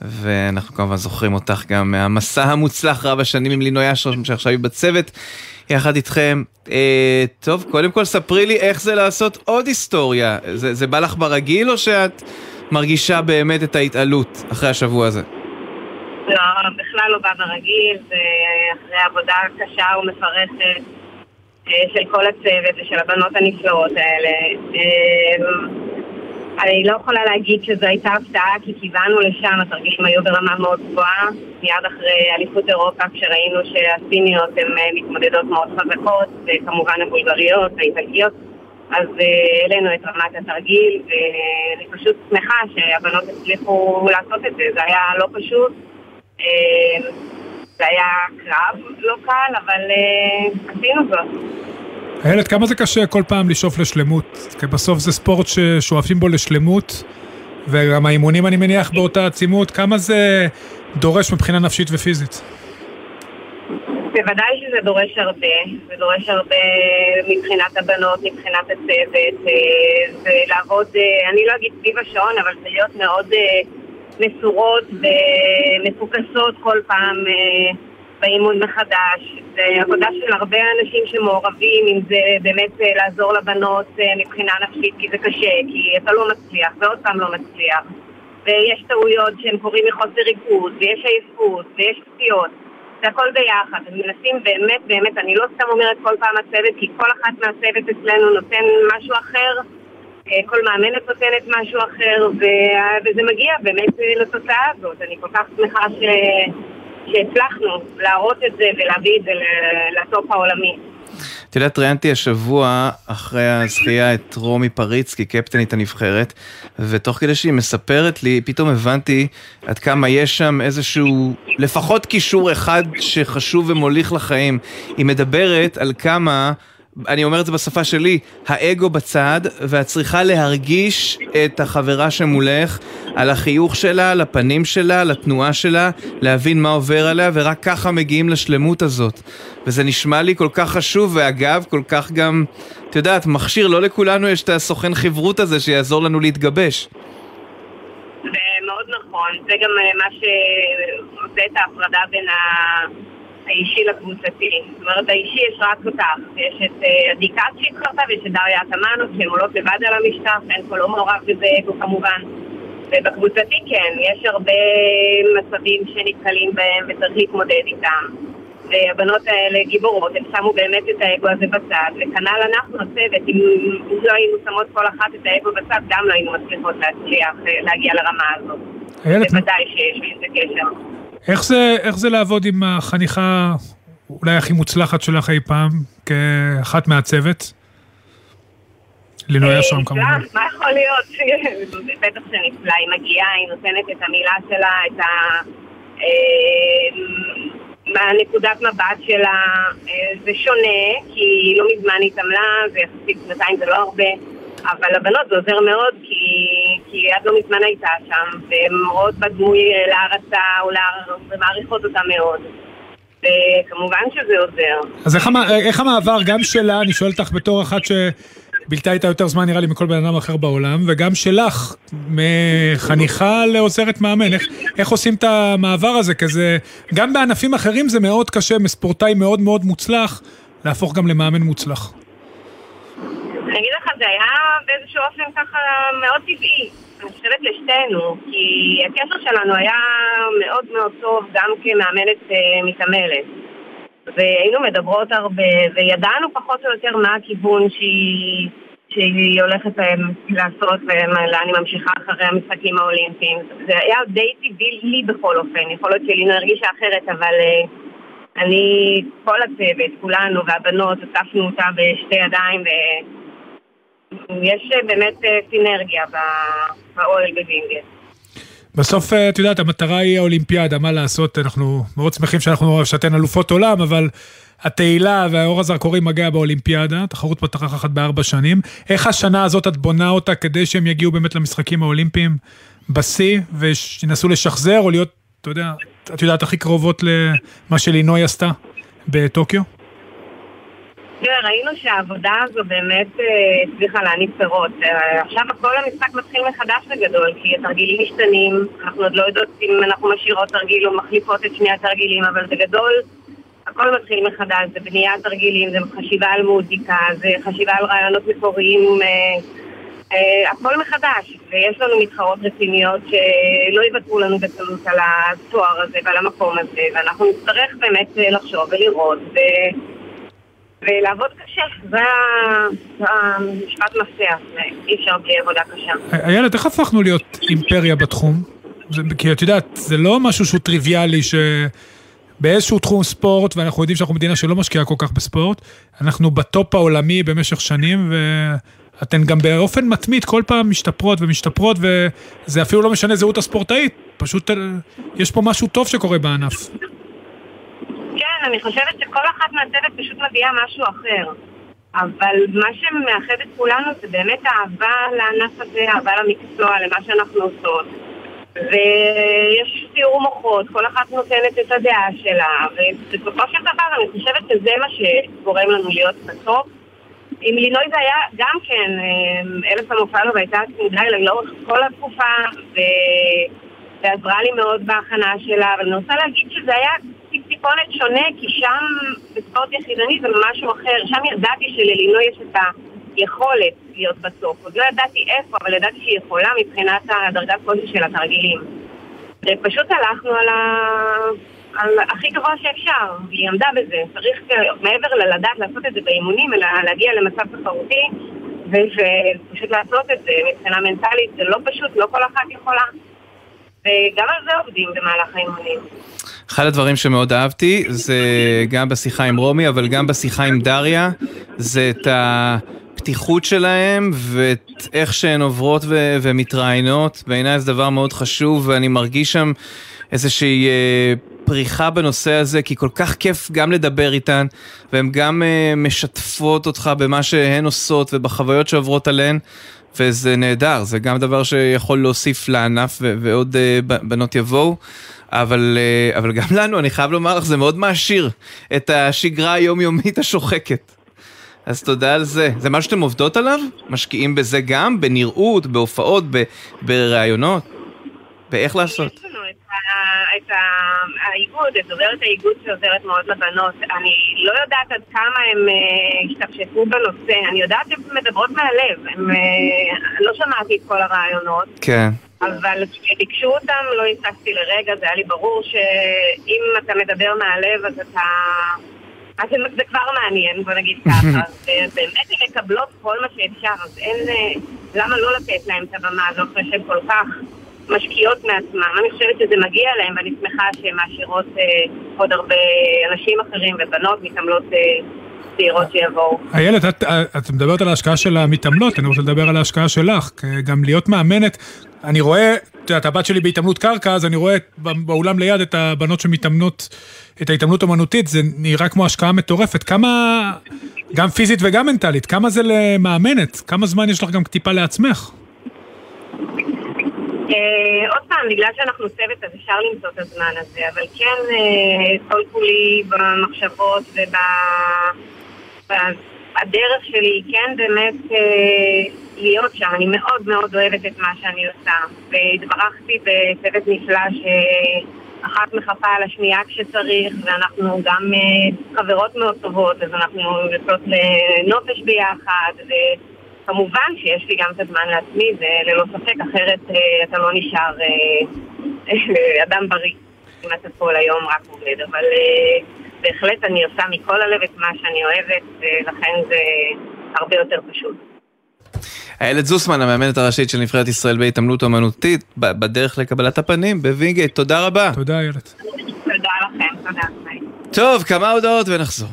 S1: ואנחנו כמובן זוכרים אותך גם מהמסע המוצלח רב השנים עם לינוי אשר שעכשיו היא בצוות. יחד איתכם. אה, טוב, קודם כל ספרי לי איך זה לעשות עוד היסטוריה. זה, זה בא לך ברגיל או שאת מרגישה באמת את ההתעלות אחרי השבוע הזה?
S5: לא, בכלל לא בא ברגיל, זה אחרי עבודה קשה ומפרכת של כל הצוות ושל הבנות הנפלאות האלה. אני לא יכולה להגיד שזו הייתה הפתעה, כי כיוונו לשם, התרגילים היו ברמה מאוד גבוהה, מיד אחרי אליפות אירופה, כשראינו שהסיניות הן מתמודדות מאוד חזקות, וכמובן הבולגריות, האיטלקיות, אז העלינו את רמת התרגיל, ואני פשוט שמחה שהבנות הצליחו לעשות את זה, זה היה לא פשוט, זה היה קרב לא קל, אבל עשינו זאת.
S2: איילת, כמה זה קשה כל פעם לשאוף לשלמות? כי בסוף זה ספורט ששואפים בו לשלמות, וגם האימונים אני מניח באותה עצימות, כמה זה דורש מבחינה נפשית ופיזית?
S5: בוודאי שזה דורש הרבה, זה דורש הרבה מבחינת הבנות, מבחינת הצוות, זה לעבוד, אני לא אגיד סביב השעון, אבל זה להיות מאוד מסורות ומפוקסות כל פעם באימון מחדש. זה עבודה של הרבה אנשים שמעורבים, אם זה באמת לעזור לבנות מבחינה נפשית, כי זה קשה, כי אתה לא מצליח, ועוד פעם לא מצליח. ויש טעויות שהן קוראים מחוסר ריכוז, ויש עייפות, ויש פציעות. זה הכל ביחד. הם מנסים באמת, באמת, אני לא סתם אומרת כל פעם הצוות, כי כל אחת מהצוות אצלנו נותן משהו אחר, כל מאמנת נותנת משהו אחר, וזה מגיע באמת לתוצאה הזאת. אני כל כך שמחה ש... שהצלחנו להראות את זה ולהביא את זה לטופ העולמי.
S1: את יודעת, ראיינתי השבוע אחרי הזכייה את רומי פריצקי, קפטנית הנבחרת, ותוך כדי שהיא מספרת לי, פתאום הבנתי עד כמה יש שם איזשהו, לפחות קישור אחד שחשוב ומוליך לחיים. היא מדברת על כמה, אני אומר את זה בשפה שלי, האגו בצד, ואת צריכה להרגיש את החברה שמולך, על החיוך שלה, לפנים שלה, לתנועה שלה, להבין מה עובר עליה, ורק ככה מגיעים לשלמות הזאת. וזה נשמע לי כל כך חשוב, ואגב, כל כך גם, את יודעת, מכשיר, לא לכולנו יש את הסוכן חברות הזה, שיעזור לנו להתגבש.
S5: זה מאוד נכון, זה גם מה שעושה את ההפרדה בין ה... האישי לקבוצתי. זאת אומרת, האישי יש רק אותך. יש את עדי כץ שהתחרתה ויש את דריה התמנו, שהן עולות לבד על המשטח, אין כל לא מעורב בזה אגו כמובן. ובקבוצתי כן, יש הרבה מצבים שנתקלים בהם וצריך להתמודד איתם. והבנות האלה גיבורות, הם שמו באמת את האגו הזה בצד, וכנ"ל אנחנו הצוות, אם לא היינו שמות כל אחת את האגו בצד, גם לא היינו מצליחות להצליח להגיע לרמה הזאת. בוודאי שיש לי את הקשר.
S2: איך זה, איך זה לעבוד עם החניכה אולי הכי מוצלחת שלך אי פעם, כאחת מהצוות? לינוי אשרם כמובן.
S5: מה יכול להיות? בטח שנפלא, היא מגיעה, היא נותנת את המילה שלה, את הנקודת מבט שלה, זה שונה, כי לא מזמן התעמלה, זה יחסית שנתיים, זה לא הרבה, אבל הבנות זה עוזר מאוד, כי, כי עד לא מזמן הייתה שם, והן רואות בדמוי להרצה, ומעריכות אותה מאוד. וכמובן שזה עוזר.
S2: אז איך, איך המעבר גם שלה, אני שואל אותך בתור אחת שבלתה איתה יותר זמן נראה לי מכל בן אדם אחר בעולם, וגם שלך, מחניכה לעוזרת מאמן, איך, איך עושים את המעבר הזה? כזה, גם בענפים אחרים זה מאוד קשה, מספורטאי מאוד מאוד מוצלח, להפוך גם למאמן מוצלח.
S5: אני אגיד לך, זה היה באיזשהו אופן ככה מאוד טבעי, אני חושבת לשתינו, כי הקשר שלנו היה מאוד מאוד טוב גם כמאמנת uh, מתעמלת. והיינו מדברות הרבה, וידענו פחות או יותר מה הכיוון שהיא, שהיא הולכת לעשות, ולאן היא ממשיכה אחרי המשחקים האולימפיים. זה היה די טבעי לי בכל אופן, יכול להיות שלינו הרגישה אחרת, אבל uh, אני, כל הצוות, כולנו והבנות, אספנו אותה בשתי ידיים, ו... יש באמת סינרגיה באוהל בווינגייט.
S2: בסוף, את יודעת, המטרה היא האולימפיאדה, מה לעשות? אנחנו מאוד שמחים שאנחנו שאתן אלופות עולם, אבל התהילה והאור הזרקורי מגיע באולימפיאדה, תחרות מתחת אחת בארבע שנים. איך השנה הזאת את בונה אותה כדי שהם יגיעו באמת למשחקים האולימפיים בשיא, וינסו לשחזר או להיות, אתה יודע, את יודעת, הכי קרובות למה שלינוי עשתה בטוקיו?
S5: ראינו שהעבודה הזו באמת הצליחה להניב פירות. עכשיו כל המשחק מתחיל מחדש בגדול, כי התרגילים משתנים, אנחנו עוד לא יודעות אם אנחנו משאירות תרגיל או מחליפות את שני התרגילים, אבל בגדול הכל מתחיל מחדש, זה בניית תרגילים, זה חשיבה על מוזיקה, זה חשיבה על רעיונות מקוריים, הכל מחדש, ויש לנו מתחרות רציניות שלא יוותרו לנו בקלות על התואר הזה ועל המקום הזה, ואנחנו נצטרך באמת לחשוב ולראות ו... ולעבוד קשה. זה המשפט מפתח, אי אפשר בלי עבודה קשה.
S2: איילת, איך הפכנו להיות אימפריה בתחום? זה, כי את יודעת, זה לא משהו שהוא טריוויאלי שבאיזשהו תחום ספורט, ואנחנו יודעים שאנחנו מדינה שלא משקיעה כל כך בספורט, אנחנו בטופ העולמי במשך שנים, ואתן גם באופן מתמיד כל פעם משתפרות ומשתפרות, וזה אפילו לא משנה זהות הספורטאית, פשוט יש פה משהו טוב שקורה בענף.
S5: כן, אני חושבת שכל אחת מהצוות פשוט מביאה משהו אחר. אבל מה שמאחד את כולנו זה באמת האהבה לענף הזה, אהבה למקצוע, למה שאנחנו עושות. ויש סיור מוחות, כל אחת נותנת את הדעה שלה, ובסופו של דבר אני חושבת שזה מה שגורם לנו להיות בסוף. עם לינוי זה היה גם כן, אלף המופעלו והייתה צמודה אליי לאורך כל התקופה, ו... ועזרה לי מאוד בהכנה שלה, אבל אני רוצה להגיד שזה היה טיפונת שונה, כי שם בספורט יחידני זה משהו אחר. שם ידעתי שללינוי יש את היכולת להיות בסוף. עוד לא ידעתי איפה, אבל ידעתי שהיא יכולה מבחינת הדרגת קושי של התרגילים. ופשוט הלכנו על, ה... על הכי גבוה שאפשר, והיא עמדה בזה. צריך מעבר ללדעת לעשות את זה באימונים, אלא להגיע למצב תחרותי, ופשוט לעשות את זה מבחינה מנטלית. זה לא פשוט, לא כל אחת יכולה. וגם על זה עובדים במהלך האימונים.
S1: אחד הדברים שמאוד אהבתי, זה גם בשיחה עם רומי, אבל גם בשיחה עם דריה, זה את הפתיחות שלהם, ואת איך שהן עוברות ו- ומתראיינות. בעיניי זה דבר מאוד חשוב, ואני מרגיש שם איזושהי פריחה בנושא הזה, כי כל כך כיף גם לדבר איתן, והן גם משתפות אותך במה שהן עושות, ובחוויות שעוברות עליהן, וזה נהדר, זה גם דבר שיכול להוסיף לענף, ו- ועוד בנות יבואו. אבל, אבל גם לנו, אני חייב לומר לך, זה מאוד מעשיר את השגרה היומיומית השוחקת. אז תודה על זה. זה מה שאתם עובדות עליו? משקיעים בזה גם? בנראות, בהופעות, ברעיונות? באיך לעשות?
S5: יש לנו את, ה, את ה, האיגוד, את עוברת האיגוד שעוזרת מאוד לבנות. אני לא יודעת עד כמה הם השתפשפו בנושא. אני יודעת שהן מדברות מהלב. הם, לא שמעתי את כל הרעיונות.
S1: כן.
S5: אבל כשביקשו אותם לא הצגתי לרגע, זה היה לי ברור שאם אתה מדבר מהלב אז אתה... אז זה כבר מעניין, בוא נגיד ככה. אז באמת הן מקבלות כל מה שאפשר, אז אין... למה לא לתת להם את הבמה הזו אחרי שהן כל כך משקיעות מעצמם? אני חושבת שזה מגיע להם, ואני שמחה שהן מעשירות עוד הרבה אנשים אחרים ובנות מתעמלות צעירות שיבואו.
S2: איילת, את, את מדברת על ההשקעה של המתעמלות, אני רוצה לדבר על ההשקעה שלך, גם להיות מאמנת. אני רואה, את הבת שלי בהתעמלות קרקע, אז אני רואה באולם ליד את הבנות שמתאמנות, את ההתעמלות אומנותית, זה נראה כמו השקעה מטורפת. כמה, גם פיזית וגם מנטלית, כמה זה למאמנת? כמה זמן יש לך גם טיפה לעצמך?
S5: עוד פעם, בגלל שאנחנו צוות, אז אפשר למצוא את הזמן הזה, אבל כן, כל כולי במחשבות ובדרך שלי, כן באמת להיות שם. אני מאוד מאוד אוהבת את מה שאני עושה, והתברכתי בצוות נפלא שאחת מחפה על השנייה כשצריך, ואנחנו גם חברות מאוד טובות, אז אנחנו יוצאות לנופש ביחד, וכמובן שיש לי גם את הזמן לעצמי, זה ללא ספק, אחרת אתה לא נשאר אדם בריא, אם אתה כל היום רק עובד, אבל בהחלט אני עושה מכל הלב את מה שאני אוהבת, ולכן זה הרבה יותר פשוט.
S1: איילת זוסמן, המאמנת הראשית של נבחרת ישראל בהתעמלות אומנותית, בדרך לקבלת הפנים, בווינגייט. תודה רבה.
S2: תודה, איילת.
S5: תודה לכם, תודה.
S1: טוב, כמה הודעות ונחזור.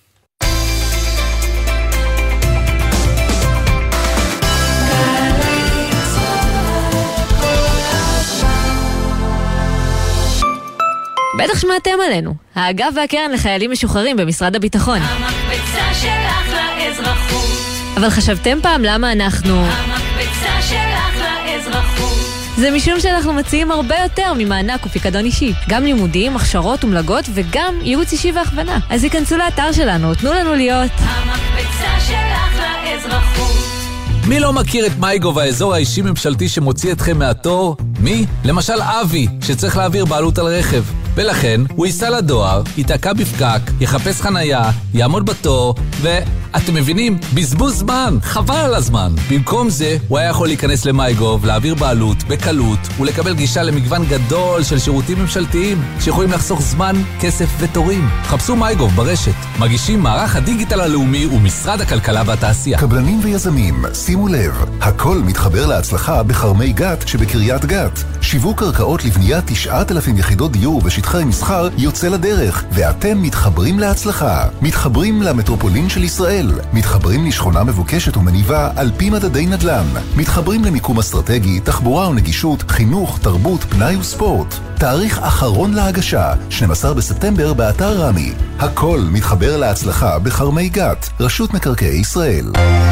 S6: בטח שמעתם עלינו. האגף והקרן לחיילים משוחררים במשרד הביטחון.
S7: המקבצה שלך לאזרחות.
S6: אבל חשבתם פעם למה אנחנו...
S7: המקבצה שלך לאזרחות.
S6: זה משום שאנחנו מציעים הרבה יותר ממענק ופיקדון אישי. גם לימודים, הכשרות ומלגות וגם ייעוץ אישי והכוונה. אז היכנסו לאתר שלנו, תנו לנו להיות...
S7: המקבצה שלך לאזרחות.
S8: מי לא מכיר את מייגו והאזור האישי ממשלתי שמוציא אתכם מהתור? מי? למשל אבי, שצריך להעביר בעלות על רכב. ולכן הוא ייסע לדואר, ייתקע בפקק, יחפש חנייה, יעמוד בתור, ואתם מבינים? בזבוז זמן, חבל על הזמן. במקום זה, הוא היה יכול להיכנס למייגוב, להעביר בעלות, בקלות, ולקבל גישה למגוון גדול של שירותים ממשלתיים, שיכולים לחסוך זמן, כסף ותורים. חפשו מייגוב ברשת. מגישים מערך הדיגיטל הלאומי ומשרד הכלכלה והתעשייה.
S9: קבלנים ויזמים, שימו לב, הכל מתחבר להצלחה בחרמי גת שבקריית גת. שיווק קרקעות לבניית תשעת אלפים יחידות דיור בשטחי מסחר יוצא לדרך, ואתם מתחברים להצלחה. מתחברים למטרופולין של ישראל. מתחברים לשכונה מבוקשת ומניבה על פי מדדי נדל"ן. מתחברים למיקום אסטרטגי, תחבורה ונגישות, חינוך, תרבות, פנאי וספורט. תאריך אחרון להגשה, שנים עשר בספטמבר באתר רמי. הכל מתחבר להצלחה בחרמי גת, רשות מקרקעי ישראל.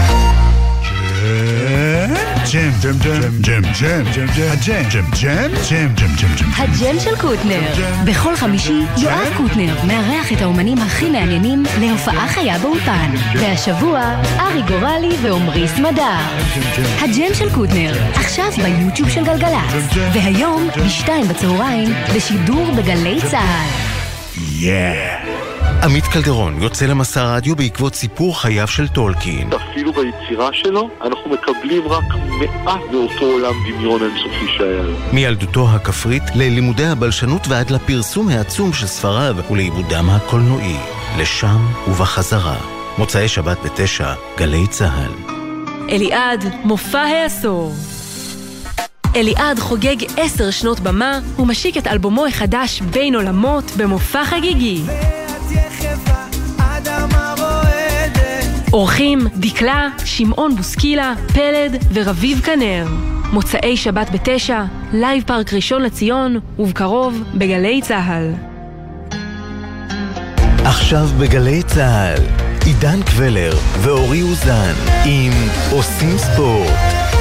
S10: ג'ם, ג'ם, ג'ם, ג'ם, ג'ם, ג'ם, הג'ם, ג'ם, ג'ם, ג'ם, ג'ם, ג'ם, ג'ם.
S11: הג'ם של קוטנר. בכל חמישי יואב קוטנר מארח את האומנים הכי מעניינים להופעה חיה באולפן. והשבוע ארי גורלי ועומרי סמדר. הג'ם של קוטנר, עכשיו ביוטיוב של גלגלצ. והיום בשתיים בצהריים בשידור בגלי צהל.
S12: יאה! עמית קלדרון יוצא למסע רדיו בעקבות סיפור חייו של טולקין.
S13: אפילו ביצירה שלו אנחנו מקבלים רק מעט מאותו עולם דמיון אינסופי שהיה.
S12: מילדותו הכפרית ללימודי הבלשנות ועד לפרסום העצום של ספריו ולעיבודם הקולנועי. לשם ובחזרה. מוצאי שבת בתשע, גלי צהל.
S14: אליעד, מופע העשור. אליעד חוגג עשר שנות במה ומשיק את אלבומו החדש בין עולמות במופע חגיגי. אורחים דקלה, שמעון בוסקילה, פלד ורביב כנר. מוצאי שבת בתשע, לייב פארק ראשון לציון, ובקרוב בגלי צהל.
S12: עכשיו בגלי צהל, עידן קבלר ואורי אוזן עם עושים ספורט.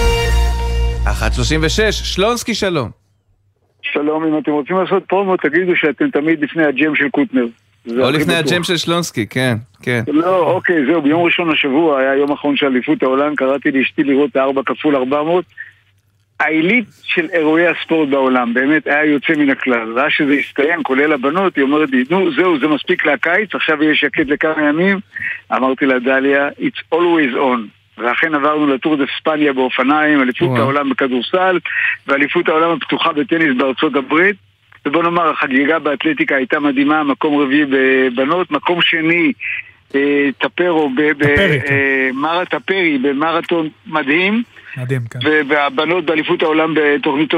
S1: אחת שלושים ושש, שלונסקי שלום.
S15: שלום, אם אתם רוצים לעשות פרומו, תגידו שאתם תמיד לפני הג'ם של קוטנר.
S1: או לפני הג'ם של שלונסקי, כן, כן.
S15: לא, אוקיי, זהו, ביום ראשון השבוע, היה יום אחרון של אליפות העולם, קראתי לאשתי לראות הארבע כפול ארבע מאות. העילית של אירועי הספורט בעולם, באמת היה יוצא מן הכלל. ראה שזה הסתיים, כולל הבנות, היא אומרת לי, נו, זהו, זה מספיק להקיץ, עכשיו יהיה שקט לכמה ימים. אמרתי לה, דליה, it's always on. ואכן עברנו לטור דה ספניה באופניים, אליפות העולם בכדורסל, ואליפות העולם הפתוחה בטניס בארצות הברית. ובוא נאמר, החגיגה באתלטיקה הייתה מדהימה, מקום רביעי בבנות, מקום שני, טפרו, במרה טפרי, במרתון מדהים.
S2: מדהים, כן.
S15: והבנות באליפות העולם בתוכנית,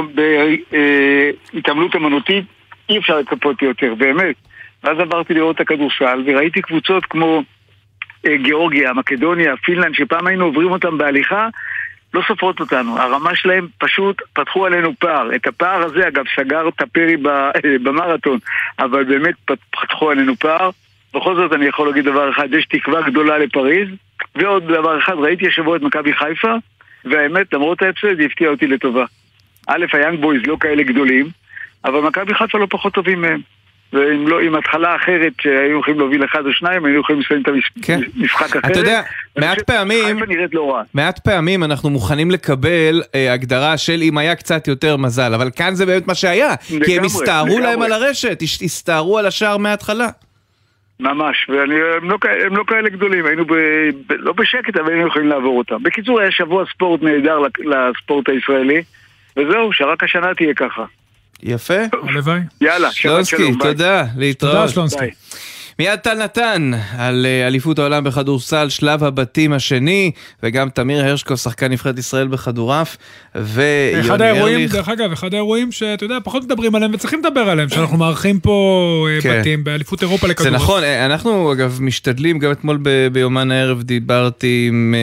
S15: בהתעמלות אמנותית, אי אפשר לצפות יותר, באמת. ואז עברתי לראות את הכדורסל, וראיתי קבוצות כמו גיאורגיה, מקדוניה, פינלנד, שפעם היינו עוברים אותם בהליכה, לא סופרות אותנו. הרמה שלהם פשוט פתחו עלינו פער. את הפער הזה, אגב, סגר טפרי במרתון, אבל באמת פתחו עלינו פער. בכל זאת אני יכול להגיד דבר אחד, יש תקווה גדולה לפריז, ועוד דבר אחד, ראיתי השבוע את מכבי חיפה, והאמת, למרות ההפסד, הפתיע אותי לטובה. א', היאנג בויז לא כאלה גדולים, אבל מכבי חיפה לא פחות טובים מהם. ואם לא, עם התחלה אחרת שהיו יכולים להוביל אחד או שניים, היינו יכולים לסיים את המשחק אחרת.
S1: אתה יודע, מעט פעמים, מעט פעמים אנחנו מוכנים לקבל הגדרה של אם היה קצת יותר מזל, אבל כאן זה באמת מה שהיה, כי הם הסתערו להם על הרשת, הסתערו על השער מההתחלה.
S15: ממש, והם לא כאלה גדולים, היינו לא בשקט, אבל היינו יכולים לעבור אותם. בקיצור, היה שבוע ספורט נהדר לספורט הישראלי, וזהו, שרק השנה תהיה ככה.
S1: יפה.
S2: הלוואי.
S15: יאללה,
S1: שלונסקי, תודה, להתראות.
S2: תודה, שלונסקי.
S1: מיד טל נתן על אליפות העולם בכדורסל, שלב הבתים השני, וגם תמיר הרשקו, שחקן נבחרת ישראל בכדורעף,
S2: אחד האירועים, דרך אגב, אחד האירועים שאתה יודע, פחות מדברים עליהם וצריכים לדבר עליהם, שאנחנו מארחים פה בתים באליפות אירופה לכדורעף.
S1: זה נכון, אנחנו אגב משתדלים, גם אתמול ביומן הערב דיברתי עם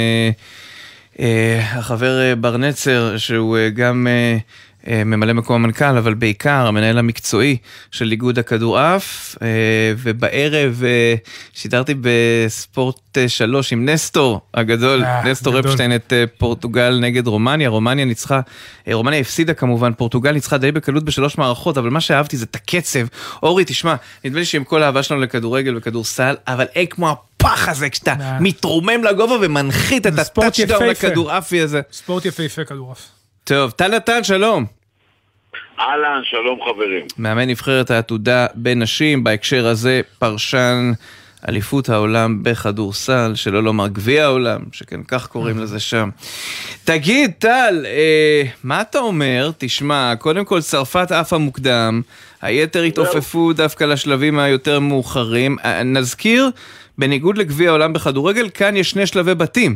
S1: החבר ברנצר, שהוא גם ממלא מקום המנכ"ל, אבל בעיקר המנהל המקצועי של איגוד הכדורעף, ובערב שידרתי בספורט שלוש עם נסטור הגדול, נסטור רפשטיין את פורטוגל נגד רומניה, רומניה ניצחה, רומניה הפסידה כמובן, פורטוגל ניצחה די בקלות בשלוש מערכות, אבל מה שאהבתי זה את הקצב. אורי, תשמע, נדמה לי שעם כל האהבה שלנו לכדורגל וכדורסל, אבל אין כמו הפח הזה, כשאתה מתרומם לגובה ומנחית את הטאצ'דאון הכדורעפי הזה.
S2: ספורט יפהפה כדורעף.
S1: טוב, טל נתן, שלום.
S16: אהלן, שלום חברים.
S1: מאמן נבחרת העתודה בנשים, בהקשר הזה פרשן אליפות העולם בכדורסל, שלא לומר גביע העולם, שכן כך קוראים לזה שם. תגיד, טל, אה, מה אתה אומר? תשמע, קודם כל צרפת עפה מוקדם, היתר התעופפו דווקא לשלבים היותר מאוחרים. נזכיר, בניגוד לגביע העולם בכדורגל, כאן יש שני שלבי בתים.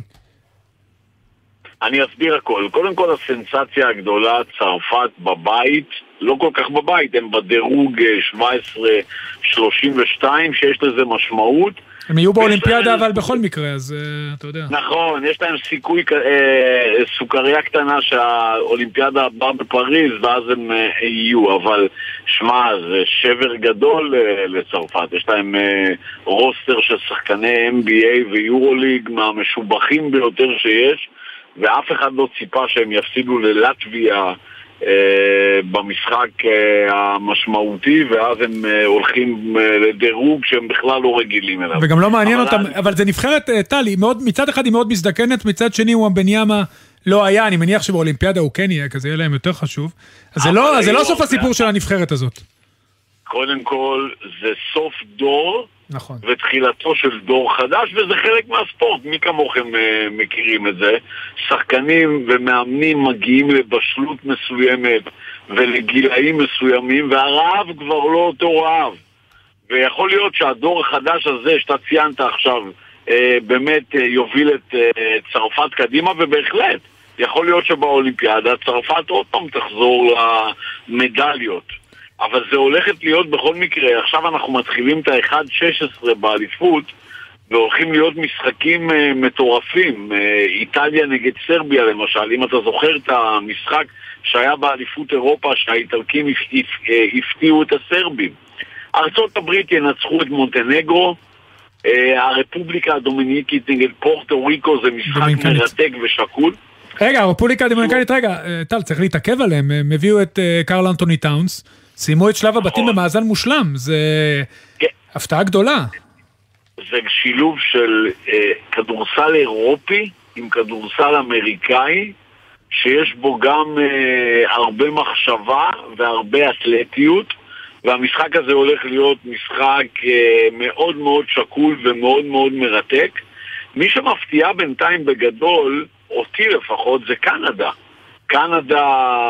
S16: אני אסביר הכל. קודם כל הסנסציה הגדולה, צרפת בבית, לא כל כך בבית, הם בדירוג שבע עשרה שלושים ושתיים, שיש לזה משמעות.
S2: הם יהיו באולימפיאדה אבל בכל מקרה, אז אתה יודע.
S16: נכון, יש להם סיכוי, אה, סוכריה קטנה שהאולימפיאדה באה בפריז, ואז הם אה, יהיו, אבל שמה, זה שבר גדול אה, לצרפת. יש להם אה, רוסטר של שחקני אם בי איי ויורוליג מהמשובחים ביותר שיש, ואף אחד לא ציפה שהם יפסידו ללטביה אה, במשחק אה, המשמעותי, ואז הם אה, הולכים אה, לדירוג שהם בכלל לא רגילים אליו.
S2: וגם לא מעניין
S16: אבל
S2: אותם,
S16: אני...
S2: אבל זה נבחרת, טל, מצד אחד היא מאוד מזדקנת, מצד שני הוא בניאמה לא היה, אני מניח שבאולימפיאדה הוא כן יהיה, כזה יהיה להם יותר חשוב. אז זה לא, זה לא סוף הסיפור של הנבחרת הזאת.
S16: קודם כל, זה סוף דור,
S2: נכון.
S16: ותחילתו של דור חדש, וזה חלק מהספורט. מי כמוכם uh, מכירים את זה? שחקנים ומאמנים מגיעים לבשלות מסוימת ולגילאים מסוימים, והרעב כבר לא אותו רעב. ויכול להיות שהדור החדש הזה שאתה ציינת עכשיו uh, באמת uh, יוביל את uh, צרפת קדימה, ובהחלט יכול להיות שבאולימפיאדה צרפת עוד פעם תחזור למדליות. אבל זה הולכת להיות בכל מקרה. עכשיו אנחנו מתחילים את ה-אחד שש עשרה באליפות, והולכים להיות משחקים uh, מטורפים. uh, איטליה נגד סרביה למשל, אם אתה זוכר את המשחק שהיה באליפות אירופה, שהאיטלקים הפתיעו את הסרבים. ארצות הברית ינצחו את מונטנגרו, uh, הרפובליקה הדומיניקית נגד פורטו ריקו, זה משחק מרתק ושקול.
S2: רגע, הרפובליקה הדומיניקנית, רגע, טל, צריך להתעכב עליהם, הם הביאו את uh, קרל אנטוני טאונס, סיימו את שלב הבתים במאזן מושלם, זה הפתעה גדולה.
S16: זה שילוב של אה, כדורסל אירופי עם כדורסל אמריקאי, שיש בו גם אה, הרבה מחשבה והרבה אתלטיות, והמשחק הזה הולך להיות משחק אה, מאוד מאוד שקול ומאוד מאוד מרתק. מי שמפתיע בינתיים בגדול, אותי לפחות, זה קנדה. קנדה...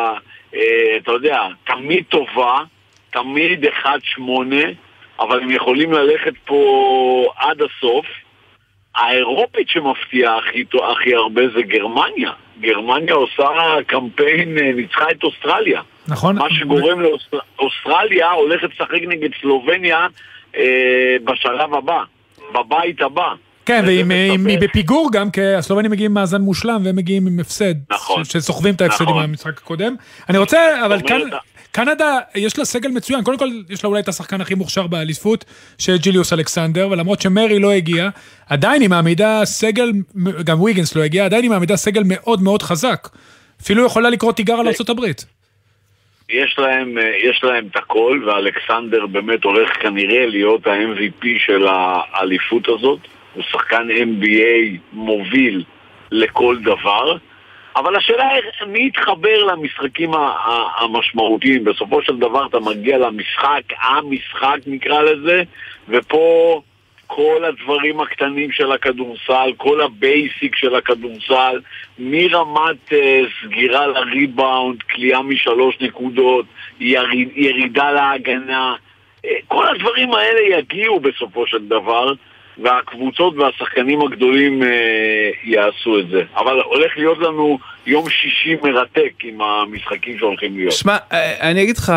S16: אתה יודע, תמיד טובה, תמיד אחד שמונה, אבל הם יכולים ללכת פה עד הסוף. האירופית שמפתיעה הכי, הכי הרבה זה גרמניה. גרמניה עושה קמפיין, ניצחה את אוסטרליה.
S2: נכון.
S16: מה שגורם לאוסטרליה הולכת לשחק נגד סלובניה אה, בשלב הבא, בבית הבא.
S2: כן, והיא בפיגור גם, כי הסלובנים מגיעים מאזן מושלם, והם מגיעים עם הפסד,
S16: נכון,
S2: שסוחבים את ההפסדים מהמשחק הקודם. אני רוצה, אבל קנדה, יש לה סגל מצוין, קודם כל יש לה אולי את השחקן הכי מוכשר באליפות, שג'יליוס אלכסנדר, ולמרות שמרי לא הגיע, עדיין היא מעמידה סגל, גם ויגנס לא הגיע, עדיין היא מעמידה סגל מאוד מאוד חזק. אפילו יכולה לקרוא תיגר על ארצות הברית.
S16: יש להם, יש להם את הכל, ואלכסנדר באמת הולך כנראה להיות ה-אם וי פי של האליפות הזאת. הוא שחקן אם בי איי מוביל לכל דבר, אבל השאלה היא מי יתחבר למשחקים המשמעותיים. בסופו של דבר אתה מגיע למשחק, המשחק נקרא לזה, ופה כל הדברים הקטנים של הכדורסל, כל הבייסיק של הכדורסל, מרמת uh, סגירה לריבאונד, קליעה משלוש נקודות, יריד, ירידה להגנה, uh, כל הדברים האלה יגיעו בסופו של דבר, והקבוצות והשחקנים הגדולים אה, יעשו את זה. אבל הולך להיות לנו יום שישי מרתק עם המשחקים שהולכים להיות.
S1: שמע, אני אגיד לך,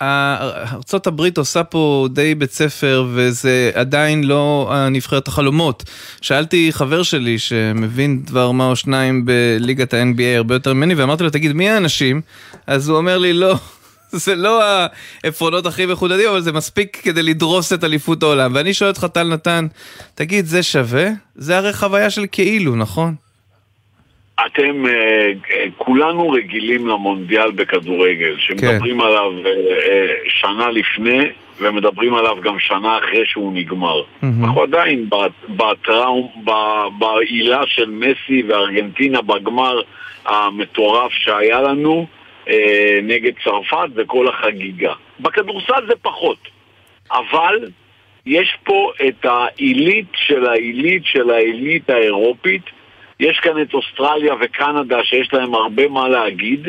S1: ארצות הברית עושה פה די בית ספר, וזה עדיין לא נבחרת החלומות. שאלתי חבר שלי שמבין דבר מה או שניים בליגת ה-אן בי איי הרבה יותר ממני, ואמרתי לו, תגיד, מי האנשים? אז הוא אומר לי, לא... זה לא העפרונות הכי מחודדים, אבל זה מספיק כדי לדרוס את אליפות העולם. ואני שואל אותך, טל נתן, תגיד, זה שווה? זה הרי חוויה של כאילו, נכון?
S16: אתם, כולנו רגילים למונדיאל בכדורגל, שמדברים כן. עליו שנה לפני, ומדברים עליו גם שנה אחרי שהוא נגמר. Mm-hmm. אנחנו עדיין בטראום, בעילה של מסי וארגנטינה בגמר המטורף שהיה לנו, אה, נגד צרפת וכל החגיגה. בכדורסל זה פחות, אבל יש פה את העילית של העילית של העילית האירופית. יש כאן את אוסטרליה וקנדה שיש להם הרבה מה להגיד,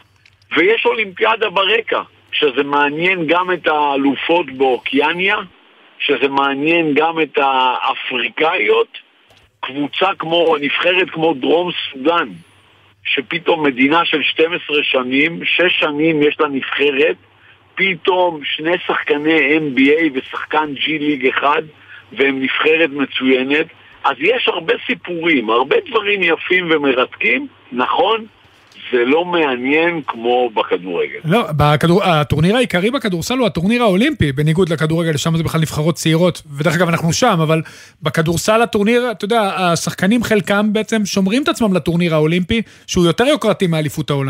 S16: ויש אולימפיאדה ברקע, שזה מעניין גם את האלופות באוקיאניה, שזה מעניין גם את האפריקאיות, קבוצה כמו, נבחרת כמו דרום סודן, שפתאום מדינה של שתים עשרה שנים, שש שנים יש לה נבחרת, פתאום שני שחקני אן בי איי ושחקן ג'י ליג אחד, והם נבחרת מצוינת. אז יש הרבה סיפורים, הרבה דברים יפים ומרתקים, נכון? זה לא מעניין כמו בכדורגל.
S2: לא, בכדור... הטורניר העיקרי בכדורסל הוא הטורניר האולימפי, בניגוד לכדורגל, שם זה בכלל נבחרות צעירות, ודרך אגב אנחנו שם, אבל בכדורסל הטורניר, אתה יודע, השחקנים חלקם בעצם שומרים את עצמם לטורניר האולימפי, שהוא יותר יוקרתי מאליפות העולם.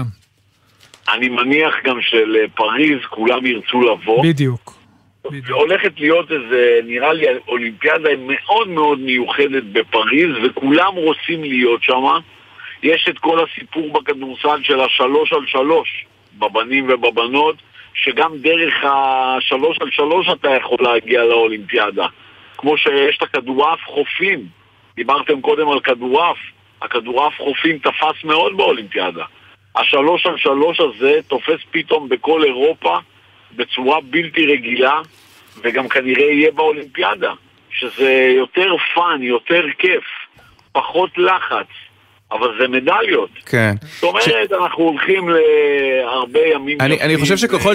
S16: אני מניח גם של פריז, כולם ירצו לבוא.
S2: בדיוק.
S16: הולכת להיות איזה, נראה לי, אולימפיאדה מאוד מאוד מיוחדת בפריז, וכולם רוצים להיות שם. יש את כל הסיפור בכדורסל של השלוש על שלוש, בבנים ובבנות, שגם דרך השלוש על שלוש אתה יכול להגיע לאולימפיאדה. כמו שיש את הכדורעף חופים, דיברתם קודם על כדורעף, הכדורעף חופים תפס מאוד באולימפיאדה. השלוש על שלוש הזה תופס פתאום בכל אירופה, בצורה בלתי רגילה, וגם כנראה יהיה באולימפיאדה, שזה יותר פן, יותר כיף, פחות לחץ, אבל זה מדליות.
S1: כן.
S16: זאת אומרת, אנחנו הולכים להרבה ימים...
S1: אני חושב שככל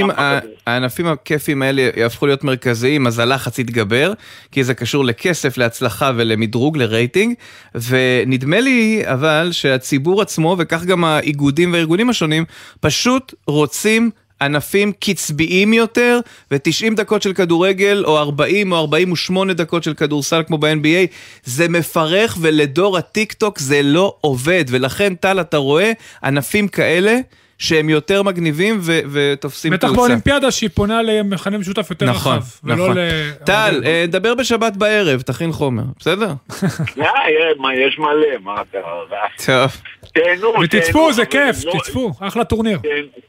S1: שהענפים הכיפים האלה יהפכו להיות מרכזיים, אז הלחץ יתגבר, כי זה קשור לכסף, להצלחה ולמדרוג, לרייטינג, ונדמה לי אבל שהציבור עצמו, וכך גם האיגודים והארגונים השונים, פשוט רוצים ענפים קצביים יותר, ו-תשעים דקות של כדורגל, או ארבעים או ארבעים ושמונה דקות של כדורסל כמו ב-אן בי איי, זה מפרך, ולדור הטיק-טוק זה לא עובד, ולכן טל אתה רואה ענפים כאלה, שהם יותר מגניבים ו- ותופסים תאוצה. בטח
S2: באולימפיאדה שהיא פונה למכנה משותף יותר
S1: נכון,
S2: רחב.
S1: נכון. ל... טל, דבר בשבת בערב, תכין חומר, בסדר?
S16: מה, יש מלא, מה אתה...
S1: טוב.
S16: תהנו,
S2: ותצפו, זה כיף, תצפו, אחלה טורניר.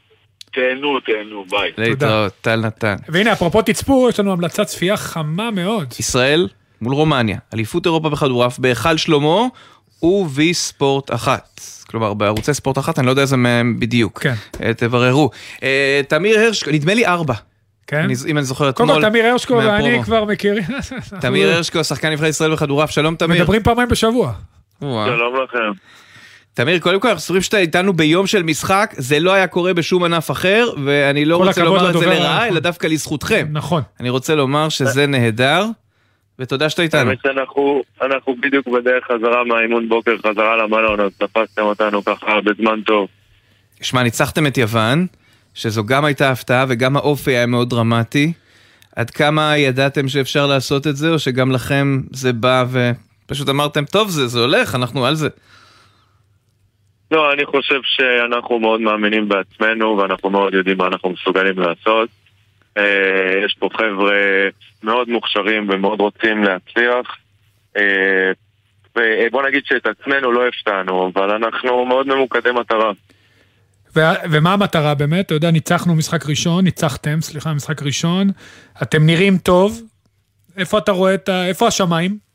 S16: תהנו, תהנו, ביי.
S1: להתראות, טל נתן.
S2: והנה, אפרופו תצפו, יש לנו המלצת צפייה חמה מאוד.
S1: ישראל מול רומניה, אליפות אירופה בכדורעף, בהיכל שלמה ובי ספורט אחת. כלומר, בערוצי ספורט אחת, אני לא יודע איזה מהם בדיוק.
S2: כן.
S1: תבררו. תמיר הרשקו, נדמה לי ארבע.
S2: כן.
S1: אם אני זוכר אתמול.
S2: קודם כל, תמיר הרשקו ואני כבר מכירים.
S1: תמיר הרשקו, שחקן נבחרת ישראל בכדורעף, שלום תמיר.
S2: מדברים פעמיים בשבוע.
S4: שלום לכם.
S1: תמיר, קודם כל, אנחנו סופרים שאתה איתנו ביום של משחק, זה לא היה קורה בשום ענף אחר, ואני לא רוצה לומר את זה לרעה, אלא דווקא לזכותכם.
S2: נכון.
S1: אני רוצה לומר שזה נהדר, ותודה שאתה איתנו.
S4: אנחנו, אנחנו בדיוק בדרך חזרה מהאימון בוקר, חזרה למלון, אז תפסתם אותנו ככה בזמן טוב.
S1: שמע, ניצחתם את יוון, שזו גם הייתה הפתעה, וגם האופי היה מאוד דרמטי. עד כמה ידעתם שאפשר לעשות את זה, או שגם לכם זה בא ופשוט אמרתם, טוב, זה, זה הולך, אנחנו על זה.
S4: לא, אני חושב שאנחנו מאוד מאמינים בעצמנו, ואנחנו מאוד יודעים מה אנחנו מסוגלים לעשות. יש פה חבר'ה מאוד מוכשרים ומאוד רוצים להצליח. ובוא נגיד שאת עצמנו לא הפתענו, אבל אנחנו מאוד ממוקדי מטרה.
S2: ומה המטרה באמת? אתה יודע, ניצחנו משחק ראשון, ניצחתם, סליחה, משחק ראשון. אתם נראים טוב. איפה אתה רואה את ה... איפה השמיים?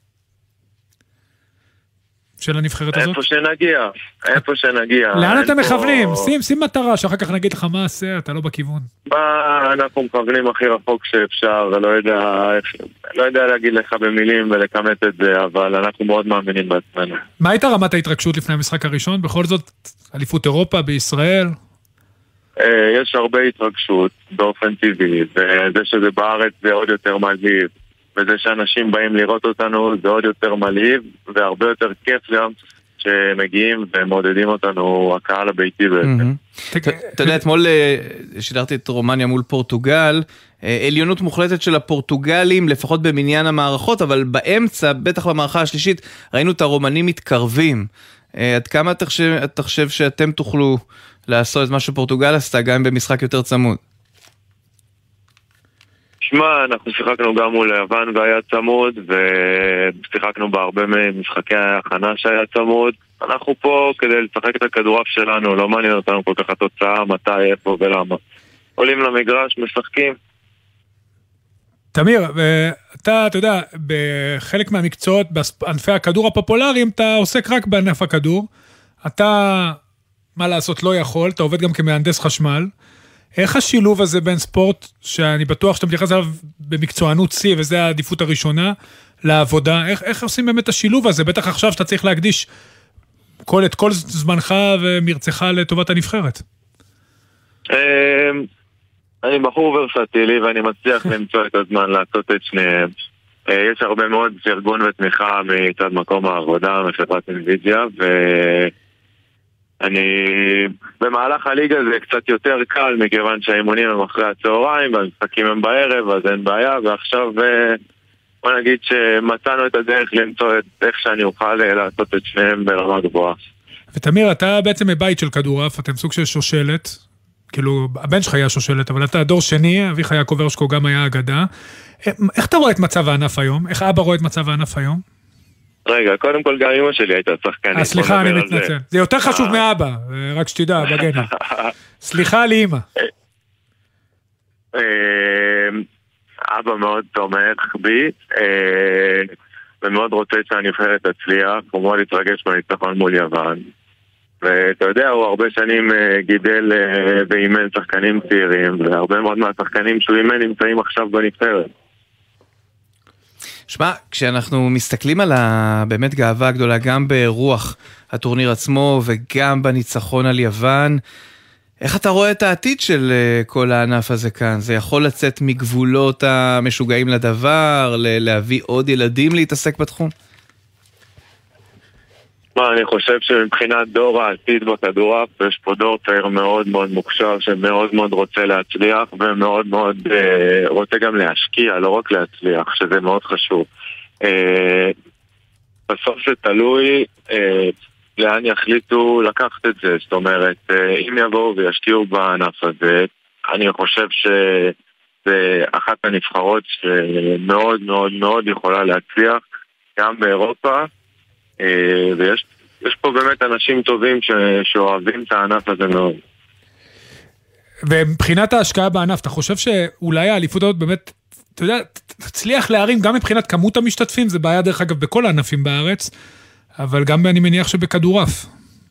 S2: של הנבחרת הזאת?
S4: איפה שנגיע, איפה שנגיע.
S2: לאן אתם מכוונים? שים, שים מטרה, שאחר כך נגיד לך מה עשה, אתה לא בכיוון.
S4: אנחנו מכוונים הכי רחוק שאפשר, ולא יודע, לא יודע להגיד לך במילים ולכמת את זה, אבל אנחנו מאוד מאמינים בעצמנו.
S2: מה הייתה רמת ההתרגשות לפני המשחק הראשון? בכל זאת, אליפות אירופה בישראל?
S4: יש הרבה התרגשות באופן טבעי, וזה שזה בארץ זה עוד יותר מלהיב. וזה שאנשים באים לראות אותנו זה עוד יותר מלהיב, והרבה יותר כיף גם שמגיעים ומעודדים אותנו הקהל הביתי בעצם.
S1: אתה יודע, אתמול שידרתי את רומניה מול פורטוגל, עליונות מוחלטת של הפורטוגלים, לפחות במניין המערכות, אבל באמצע, בטח במערכה השלישית, ראינו את הרומנים מתקרבים. עד כמה אתה חושב שאתם תוכלו לעשות את מה שפורטוגל עשתה, גם במשחק יותר צמוד?
S4: שמע, אנחנו שיחקנו גם מול יוון והיה צמוד, ושיחקנו בהרבה משחקי ההכנה שהיה צמוד, אנחנו פה כדי לשחק את הכדורעף שלנו, לא מעניין אותנו כל כך התוצאה, מתי, איפה ולמה. עולים למגרש, משחקים.
S2: תמיר, אתה, אתה יודע, בחלק מהמקצועות, בענפי הכדור הפופולריים, אתה עוסק רק בענף הכדור. אתה, מה לעשות, לא יכול, אתה עובד גם כמהנדס חשמל. איך השילוב הזה בין ספורט, שאני בטוח שאתה מתייחס עליו במקצוענות C, וזו העדיפות הראשונה, לעבודה, איך, איך עושים באמת השילוב הזה? בטח עכשיו שאתה צריך להקדיש כל, את כל זמנך ומרצך לטובת הנבחרת.
S4: אני בחור ורסטילי ואני מצליח למצוא את הזמן לעשות את שניהם. יש הרבה מאוד פרגון ותמיכה מצד מקום העבודה, מחברת אינווידיה, ואני במהלך הליגה זה קצת יותר קל, מכיוון שהאימונים הם אחרי הצהריים והמשחקים הם בערב, אז אין בעיה, ועכשיו בוא נגיד שמצאנו את הדרך למצוא את איך שאני אוכל לעשות את שניהם ברמה גבוהה.
S2: ותמיר, אתה בעצם מבית של כדורעף, אתם סוג של שושלת, כאילו, הבן שלך היה שושלת, אבל אתה דור שני, אביך יעקב הרשקו גם היה אגדה. איך אתה רואה את מצב הענף היום? איך אבא רואה את מצב הענף היום?
S4: רגע, קודם כל גם אמא שלי הייתה שחקנית.
S2: אה, סליחה, אני מתנצל. זה יותר חשוב מאבא, רק שתדע, בגנה. סליחה לי אמא.
S4: אבא מאוד תומך בי, ומאוד רוצה שהנבחרת תצליח, הוא מאוד התרגש בניצחון מול יוון. ואתה יודע, הוא הרבה שנים גידל ואימן שחקנים צעירים, והרבה מאוד מהשחקנים שהוא אימן נמצאים עכשיו בנבחרת.
S1: שמע, כשאנחנו מסתכלים על באמת גאווה גדולה, גם ברוח הטורניר עצמו וגם בניצחון על יוון, איך אתה רואה את העתיד של כל הענף הזה כאן? זה יכול לצאת מגבולות המשוגעים לדבר, להביא עוד ילדים להתעסק בתחום?
S4: מה, אני חושב שמבחינת דור העתיד בכדורעף, יש פה דור צעיר מאוד מאוד מוכשר, שמאוד מאוד רוצה להצליח, ומאוד מאוד אה, רוצה גם להשקיע, לא רק להצליח, שזה מאוד חשוב. אה, בסוף זה תלוי אה, לאן יחליטו לקחת את זה, זאת אומרת, אה, אם יבואו וישקיעו בענף הזה, אני חושב שזה אחת הנבחרות שמאוד מאוד מאוד יכולה להצליח, גם באירופה, ויש יש פה באמת אנשים טובים ש, שאוהבים את הענף הזה מאוד.
S2: ומבחינת ההשקעה בענף, אתה חושב שאולי האליפות הזאת באמת, אתה יודע, תצליח להרים גם מבחינת כמות המשתתפים, זה בעיה דרך אגב בכל הענפים בארץ, אבל גם אני מניח שבכדורעף.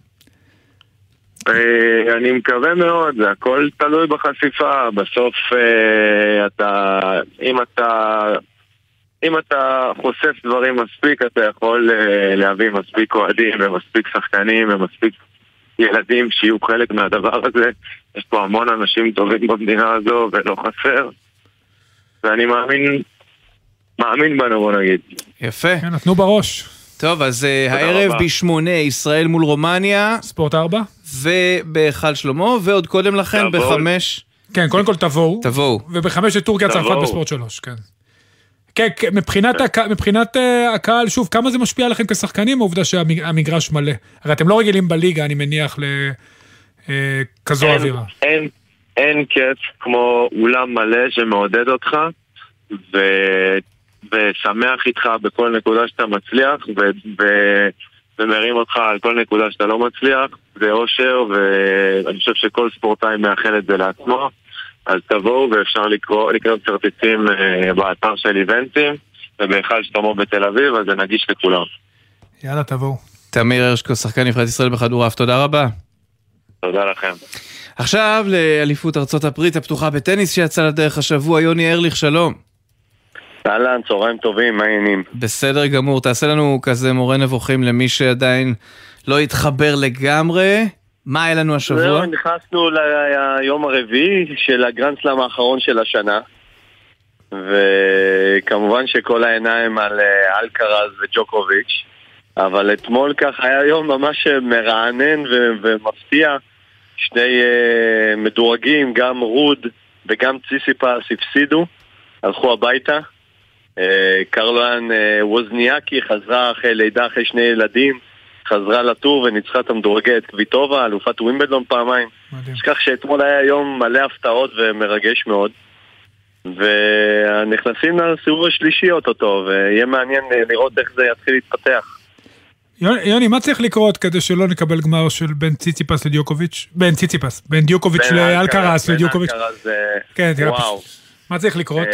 S4: אני מקווה מאוד, זה הכל תלוי בחשיפה, בסוף אתה, אם אתה... אם אתה חושף דברים מספיק, אתה יכול להביא מספיק אוהדים ומספיק שחקנים ומספיק ילדים שיהיו חלק מהדבר הזה. יש פה המון אנשים טובים במדינה הזו ולא חסר. ואני מאמין, מאמין בנו, בוא נגיד.
S1: יפה.
S2: כן, נתנו בראש.
S1: טוב, אז הערב בשמונה, ישראל מול רומניה.
S2: ספורט ארבע.
S1: ובהיכל שלמה, ועוד קודם לכן בחמש.
S2: כן, קודם כל תבואו.
S1: תבואו.
S2: ובחמש את טורקיה צרפת בספורט שלוש, כן. כן, מבחינת, הקה, מבחינת uh, הקהל, שוב, כמה זה משפיע עליכם כשחקנים, העובדה שהמגרש מלא? הרי אתם לא רגילים בליגה, אני מניח, לכזו
S4: אין,
S2: אווירה.
S4: אין, אין כיף כמו אולם מלא שמעודד אותך, ו, ושמח איתך בכל נקודה שאתה מצליח, ו, ו, ומרים אותך על כל נקודה שאתה לא מצליח, זה אושר, ואני חושב שכל ספורטאי מאחל את זה לעצמו. אז תבואו ואפשר לקרוא, לקרוא כרטיסים אה, באתר של איבנטים, ובהיכל שלמה בתל אביב, אז זה נגיש לכולם.
S2: יאללה, תבואו.
S1: תמיר הרשקו, שחקן נבחרת ישראל בכדורעף, תודה רבה.
S4: תודה לכם.
S1: עכשיו לאליפות ארצות הברית הפתוחה בטניס שיצא לדרך השבוע, יוני ארליך, שלום.
S17: אהלן, צהריים טובים, מה העניינים?
S1: בסדר גמור, תעשה לנו כזה מורה נבוכים למי שעדיין לא התחבר לגמרי. מה היה לנו השבוע?
S17: זהו, נכנסנו ליום הרביעי של הגרנד סלאם האחרון של השנה, וכמובן שכל העיניים על אלקרז וג'וקוביץ', אבל אתמול כך היה יום ממש מרענן ו- ומפתיע. שני uh, מדורגים, גם רוד וגם ציסיפס הפסידו, הלכו הביתה. uh, קרלואן uh, ווזניאקי חזרה אחרי לידה אחרי שני ילדים, חזרה לטור וניצחה את המדורגת קוויטובה, אלופת ווימבלדון פעמיים. אז כך שאתמול היה יום מלא הפתעות ומרגש מאוד, ונכנסים לסיבוב השלישי אותו טוב, ויהיה מעניין לראות איך זה יתחיל להתפתח.
S2: יוני, מה צריך לקרות כדי שלא נקבל גמר של בין ציציפס לדיוקוביץ'? בין ציציפס, בין דיוקוביץ' לאלקרס לדיוקוביץ'. כן, תראה פשוט. מה צריך לקרות?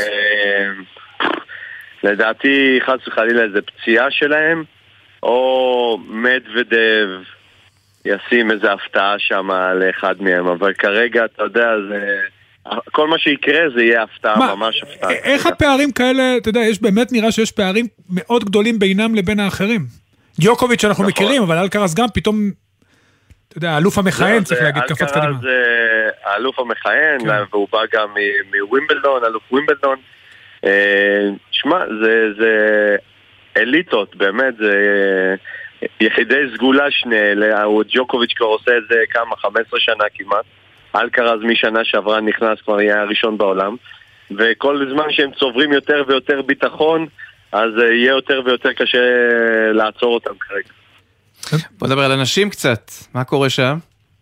S17: לדעתי, חס וחלילה, זה פציעה שלהם, או מדוודב ישים איזו הפתעה שם לאחד מהם, אבל כרגע, אתה יודע, זה... כל מה שיקרה זה יהיה הפתעה, ממש הפתעה.
S2: איך הפערים כאלה, אתה יודע, יש באמת נראה שיש פערים מאוד גדולים בינם לבין האחרים. דיוקוביץ' אנחנו מכירים, אבל אלקרס גם פתאום, אתה יודע, האלוף המכהן, צריך להגיד, קפץ קדימה.
S17: אלקרס זה האלוף המכהן, והוא בא גם מווימבלדון, אלוף ווימבלדון. שמע, זה אליטות, באמת, זה יחידי סגולה שני, ג'וקוביץ' כבר עושה את זה כמה, חמש עשרה שנה כמעט. אלקרס משנה שעברה נכנס, כבר יהיה הראשון בעולם, וכל זמן שהם צוברים יותר ויותר ביטחון, אז יהיה יותר ויותר קשה לעצור אותם כרגע.
S1: בוא נדבר על אנשים קצת, מה קורה שם?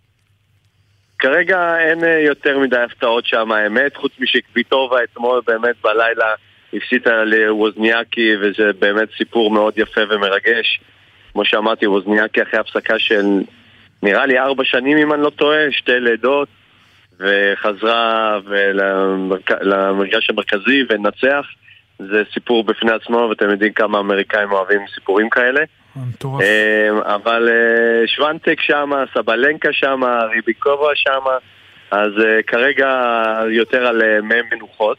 S17: כרגע אין יותר מדי הפתעות שם, האמת, חוץ משקביטובה אתמול באמת בלילה הפסידה לווזניאקי, וזה באמת סיפור מאוד יפה ומרגש. כמו שאמרתי, ווזניאקי אחרי הפסקה של נראה לי ארבע שנים אם אני לא טועה, שתי לידות, וחזרה למרגש המרכזי ונצח. זה סיפור בפני עצמו, ואתם יודעים כמה אמריקאים אוהבים סיפורים כאלה. אבל שוונטק שם, סבלנקה שם, ריביקובה שם, אז כרגע יותר על מי מנוחות,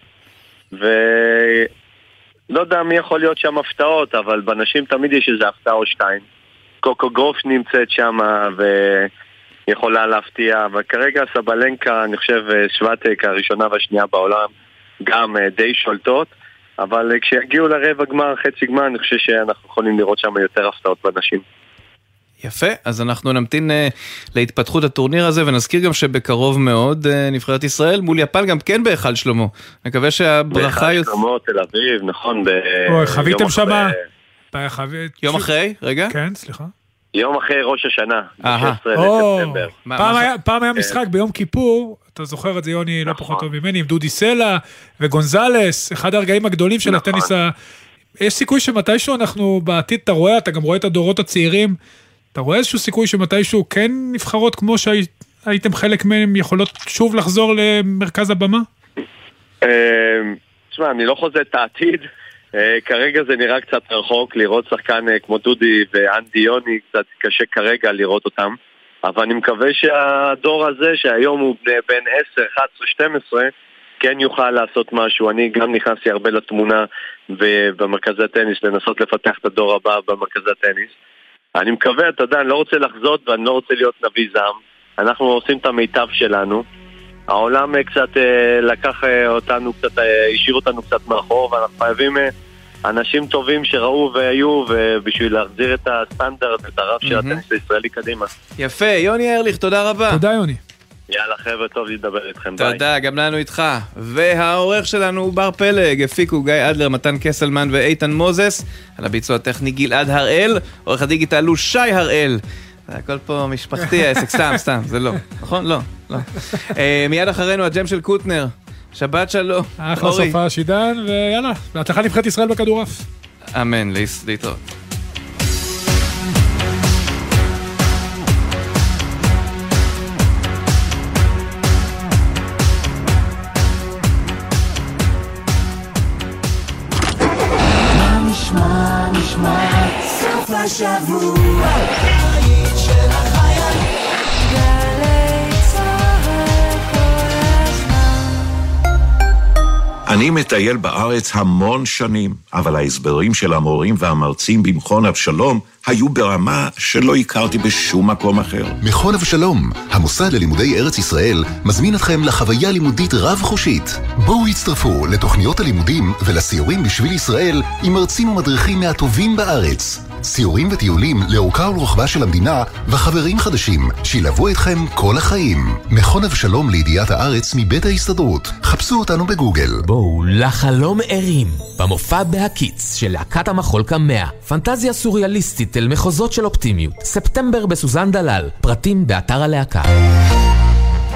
S17: ולא יודע מי יכול להיות שם הפתעות, אבל בנשים תמיד יש איזה הפתעה או שתיים. קוקו גוף נמצאת שם ויכולה להפתיע, אבל כרגע סבלנקה, אני חושב שוונטק הראשונה והשנייה בעולם, גם די שולטות, אבל כשיגיעו לרבע גמר, חצי גמר, אני חושב שאנחנו יכולים לראות שם יותר הפתעות בנשים.
S1: יפה, אז אנחנו נמתין uh, להתפתחות הטורניר הזה, ונזכיר גם שבקרוב מאוד uh, נבחרת ישראל מול יפן גם כן בהיכל שלמה. מקווה שהברכה...
S17: בהיכל שלמה, תל אביב, נכון, ב...
S2: אוי, חוויתם שם...
S1: יום אחרי, רגע?
S2: כן, סליחה.
S17: יום אחרי ראש השנה, ב-שש עשרה לספטמבר.
S2: פעם היה משחק ביום כיפור, אתה זוכר את זה יוני לא פחות טוב ממני, עם דודי סלע וגונזלס, אחד הרגעים הגדולים של הטניס. יש סיכוי שמתישהו אנחנו בעתיד, אתה רואה, אתה גם רואה את הדורות הצעירים, אתה רואה איזשהו סיכוי שמתישהו כן נבחרות כמו שהייתם חלק מהם יכולות שוב לחזור למרכז הבמה?
S17: תשמע, אני לא חוזה את העתיד, כרגע זה נראה קצת רחוק, לראות שחקן כמו דודי ואנדי יוני, קצת קשה כרגע לראות אותם, אבל אני מקווה שהדור הזה, שהיום הוא בין עשר, אחת עשרה, שתים עשרה, כן יוכל לעשות משהו. אני גם נכנסתי הרבה לתמונה במרכזי הטניס, לנסות לפתח את הדור הבא במרכזי הטניס. אני מקווה, אתה יודע, אני לא רוצה לחזות ואני לא רוצה להיות נביא זעם. אנחנו עושים את המיטב שלנו. העולם קצת לקח אותנו, קצת השאיר אותנו קצת מאחור, ואנחנו חייבים אנשים טובים שראו והיו, ובשביל להחזיר את הסטנדרט, את הרב של הטניס הישראלי קדימה.
S1: יפה, יוני ארליך, תודה רבה.
S2: תודה יוני.
S17: יאללה חבר'ה, טוב לדבר איתכם,
S1: ביי. תודה, גם לנו איתך. והעורך שלנו הוא בר פלג, הפיקו גיא אדלר, מתן קסלמן ואיתן מוזס, על הביצוע הטכני גלעד הראל, עורך הדיגיטל הוא שי הראל. הכל פה משפחתי, העסק, סתם, סתם, זה לא. נכון? לא, לא. מיד אחרינו הג'ם של קוטנר. שבת שלום.
S2: אחלה סופה שידן, ויאללה, בהצלחה נבחרת ישראל בכדורעף.
S1: אמן, להתראות.
S7: נשמע, נשמע, סוף השבוע, היית של החייל, גלי צהר כל הזמן.
S18: אני מטייל בארץ המון שנים, אבל ההסברים של המורים והמרצים במכון אבשלום היו ברמה שלא הכרתי בשום מקום אחר.
S9: מכון אבשלום, המוסד ללימודי ארץ ישראל, מזמין אתכם לחוויה לימודית רב-חושית. בואו הצטרפו לתוכניות הלימודים ולסיורים בשביל ישראל עם מרצים ומדריכים מהטובים בארץ. סיורים וטיולים לאורכה ולרוחבה של המדינה וחברים חדשים שילוו אתכם כל החיים. מכון אבשלום לידיעת הארץ מבית ההסתדרות. חפשו אותנו בגוגל.
S19: בואו לחלום ערים, במופע בהקיץ של להקת המחול כמאה. פנטזיה סוריאליסטית אל מחוזות של אופטימיות. ספטמבר בסוזן דלל. פרטים באתר הלהקה.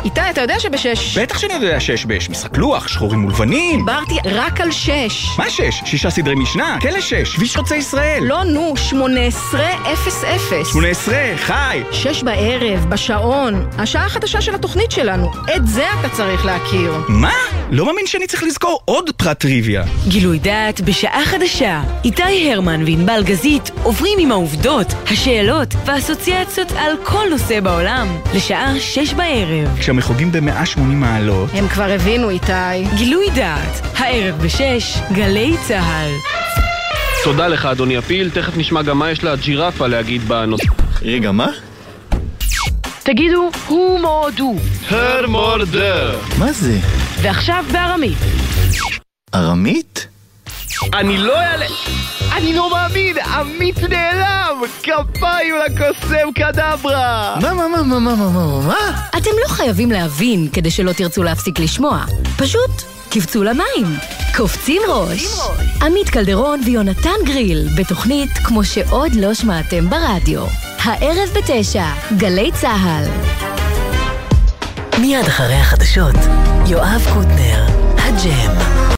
S20: איתי, אתה יודע שבשש...
S21: בטח שאני יודע שש בש. משחק לוח, שחורים מולבנים.
S20: דיברתי רק על שש.
S21: מה שש? שישה סדרי משנה, כלה שש, כביש חוצה ישראל.
S20: לא, נו, שמונה עשרה אפס אפס.
S21: שמונה עשרה, חי.
S20: שש בערב, בשעון. השעה החדשה של התוכנית שלנו. את זה אתה צריך להכיר.
S21: מה? לא מאמין שאני צריך לזכור עוד פרט טריוויה.
S14: גילוי דעת בשעה חדשה. איתי הרמן וענבל גזית עוברים עם העובדות, השאלות והאסוציאציות על כל נושא בעולם. לשעה שש בערב.
S21: כשהם חוגגים ב-מאה ושמונים מעלות.
S20: הם כבר הבינו, איתי.
S14: גילוי דעת, הערב בשש, גלי צהל.
S22: תודה לך, אדוני הפיל. תכף נשמע גם מה יש לה ג'ירפה להגיד בנושא.
S21: רגע, מה?
S14: תגידו, הוא מורדו.
S22: הר מורדר.
S21: מה זה?
S14: ועכשיו בארמית.
S21: ארמית?
S22: אני לא אעלה... אני לא מאמין, עמית נעלם! כפיים לקוסם קדברה!
S21: מה, מה, מה, מה, מה, מה, מה, מה?
S11: אתם לא חייבים להבין כדי שלא תרצו להפסיק לשמוע. פשוט קפצו למים. קופצים ראש. עמית קלדרון ויונתן גריל בתוכנית כמו שעוד לא שמעתם ברדיו. הערב בתשע, גלי צהל.
S23: מיד אחרי החדשות, יואב קוטנר.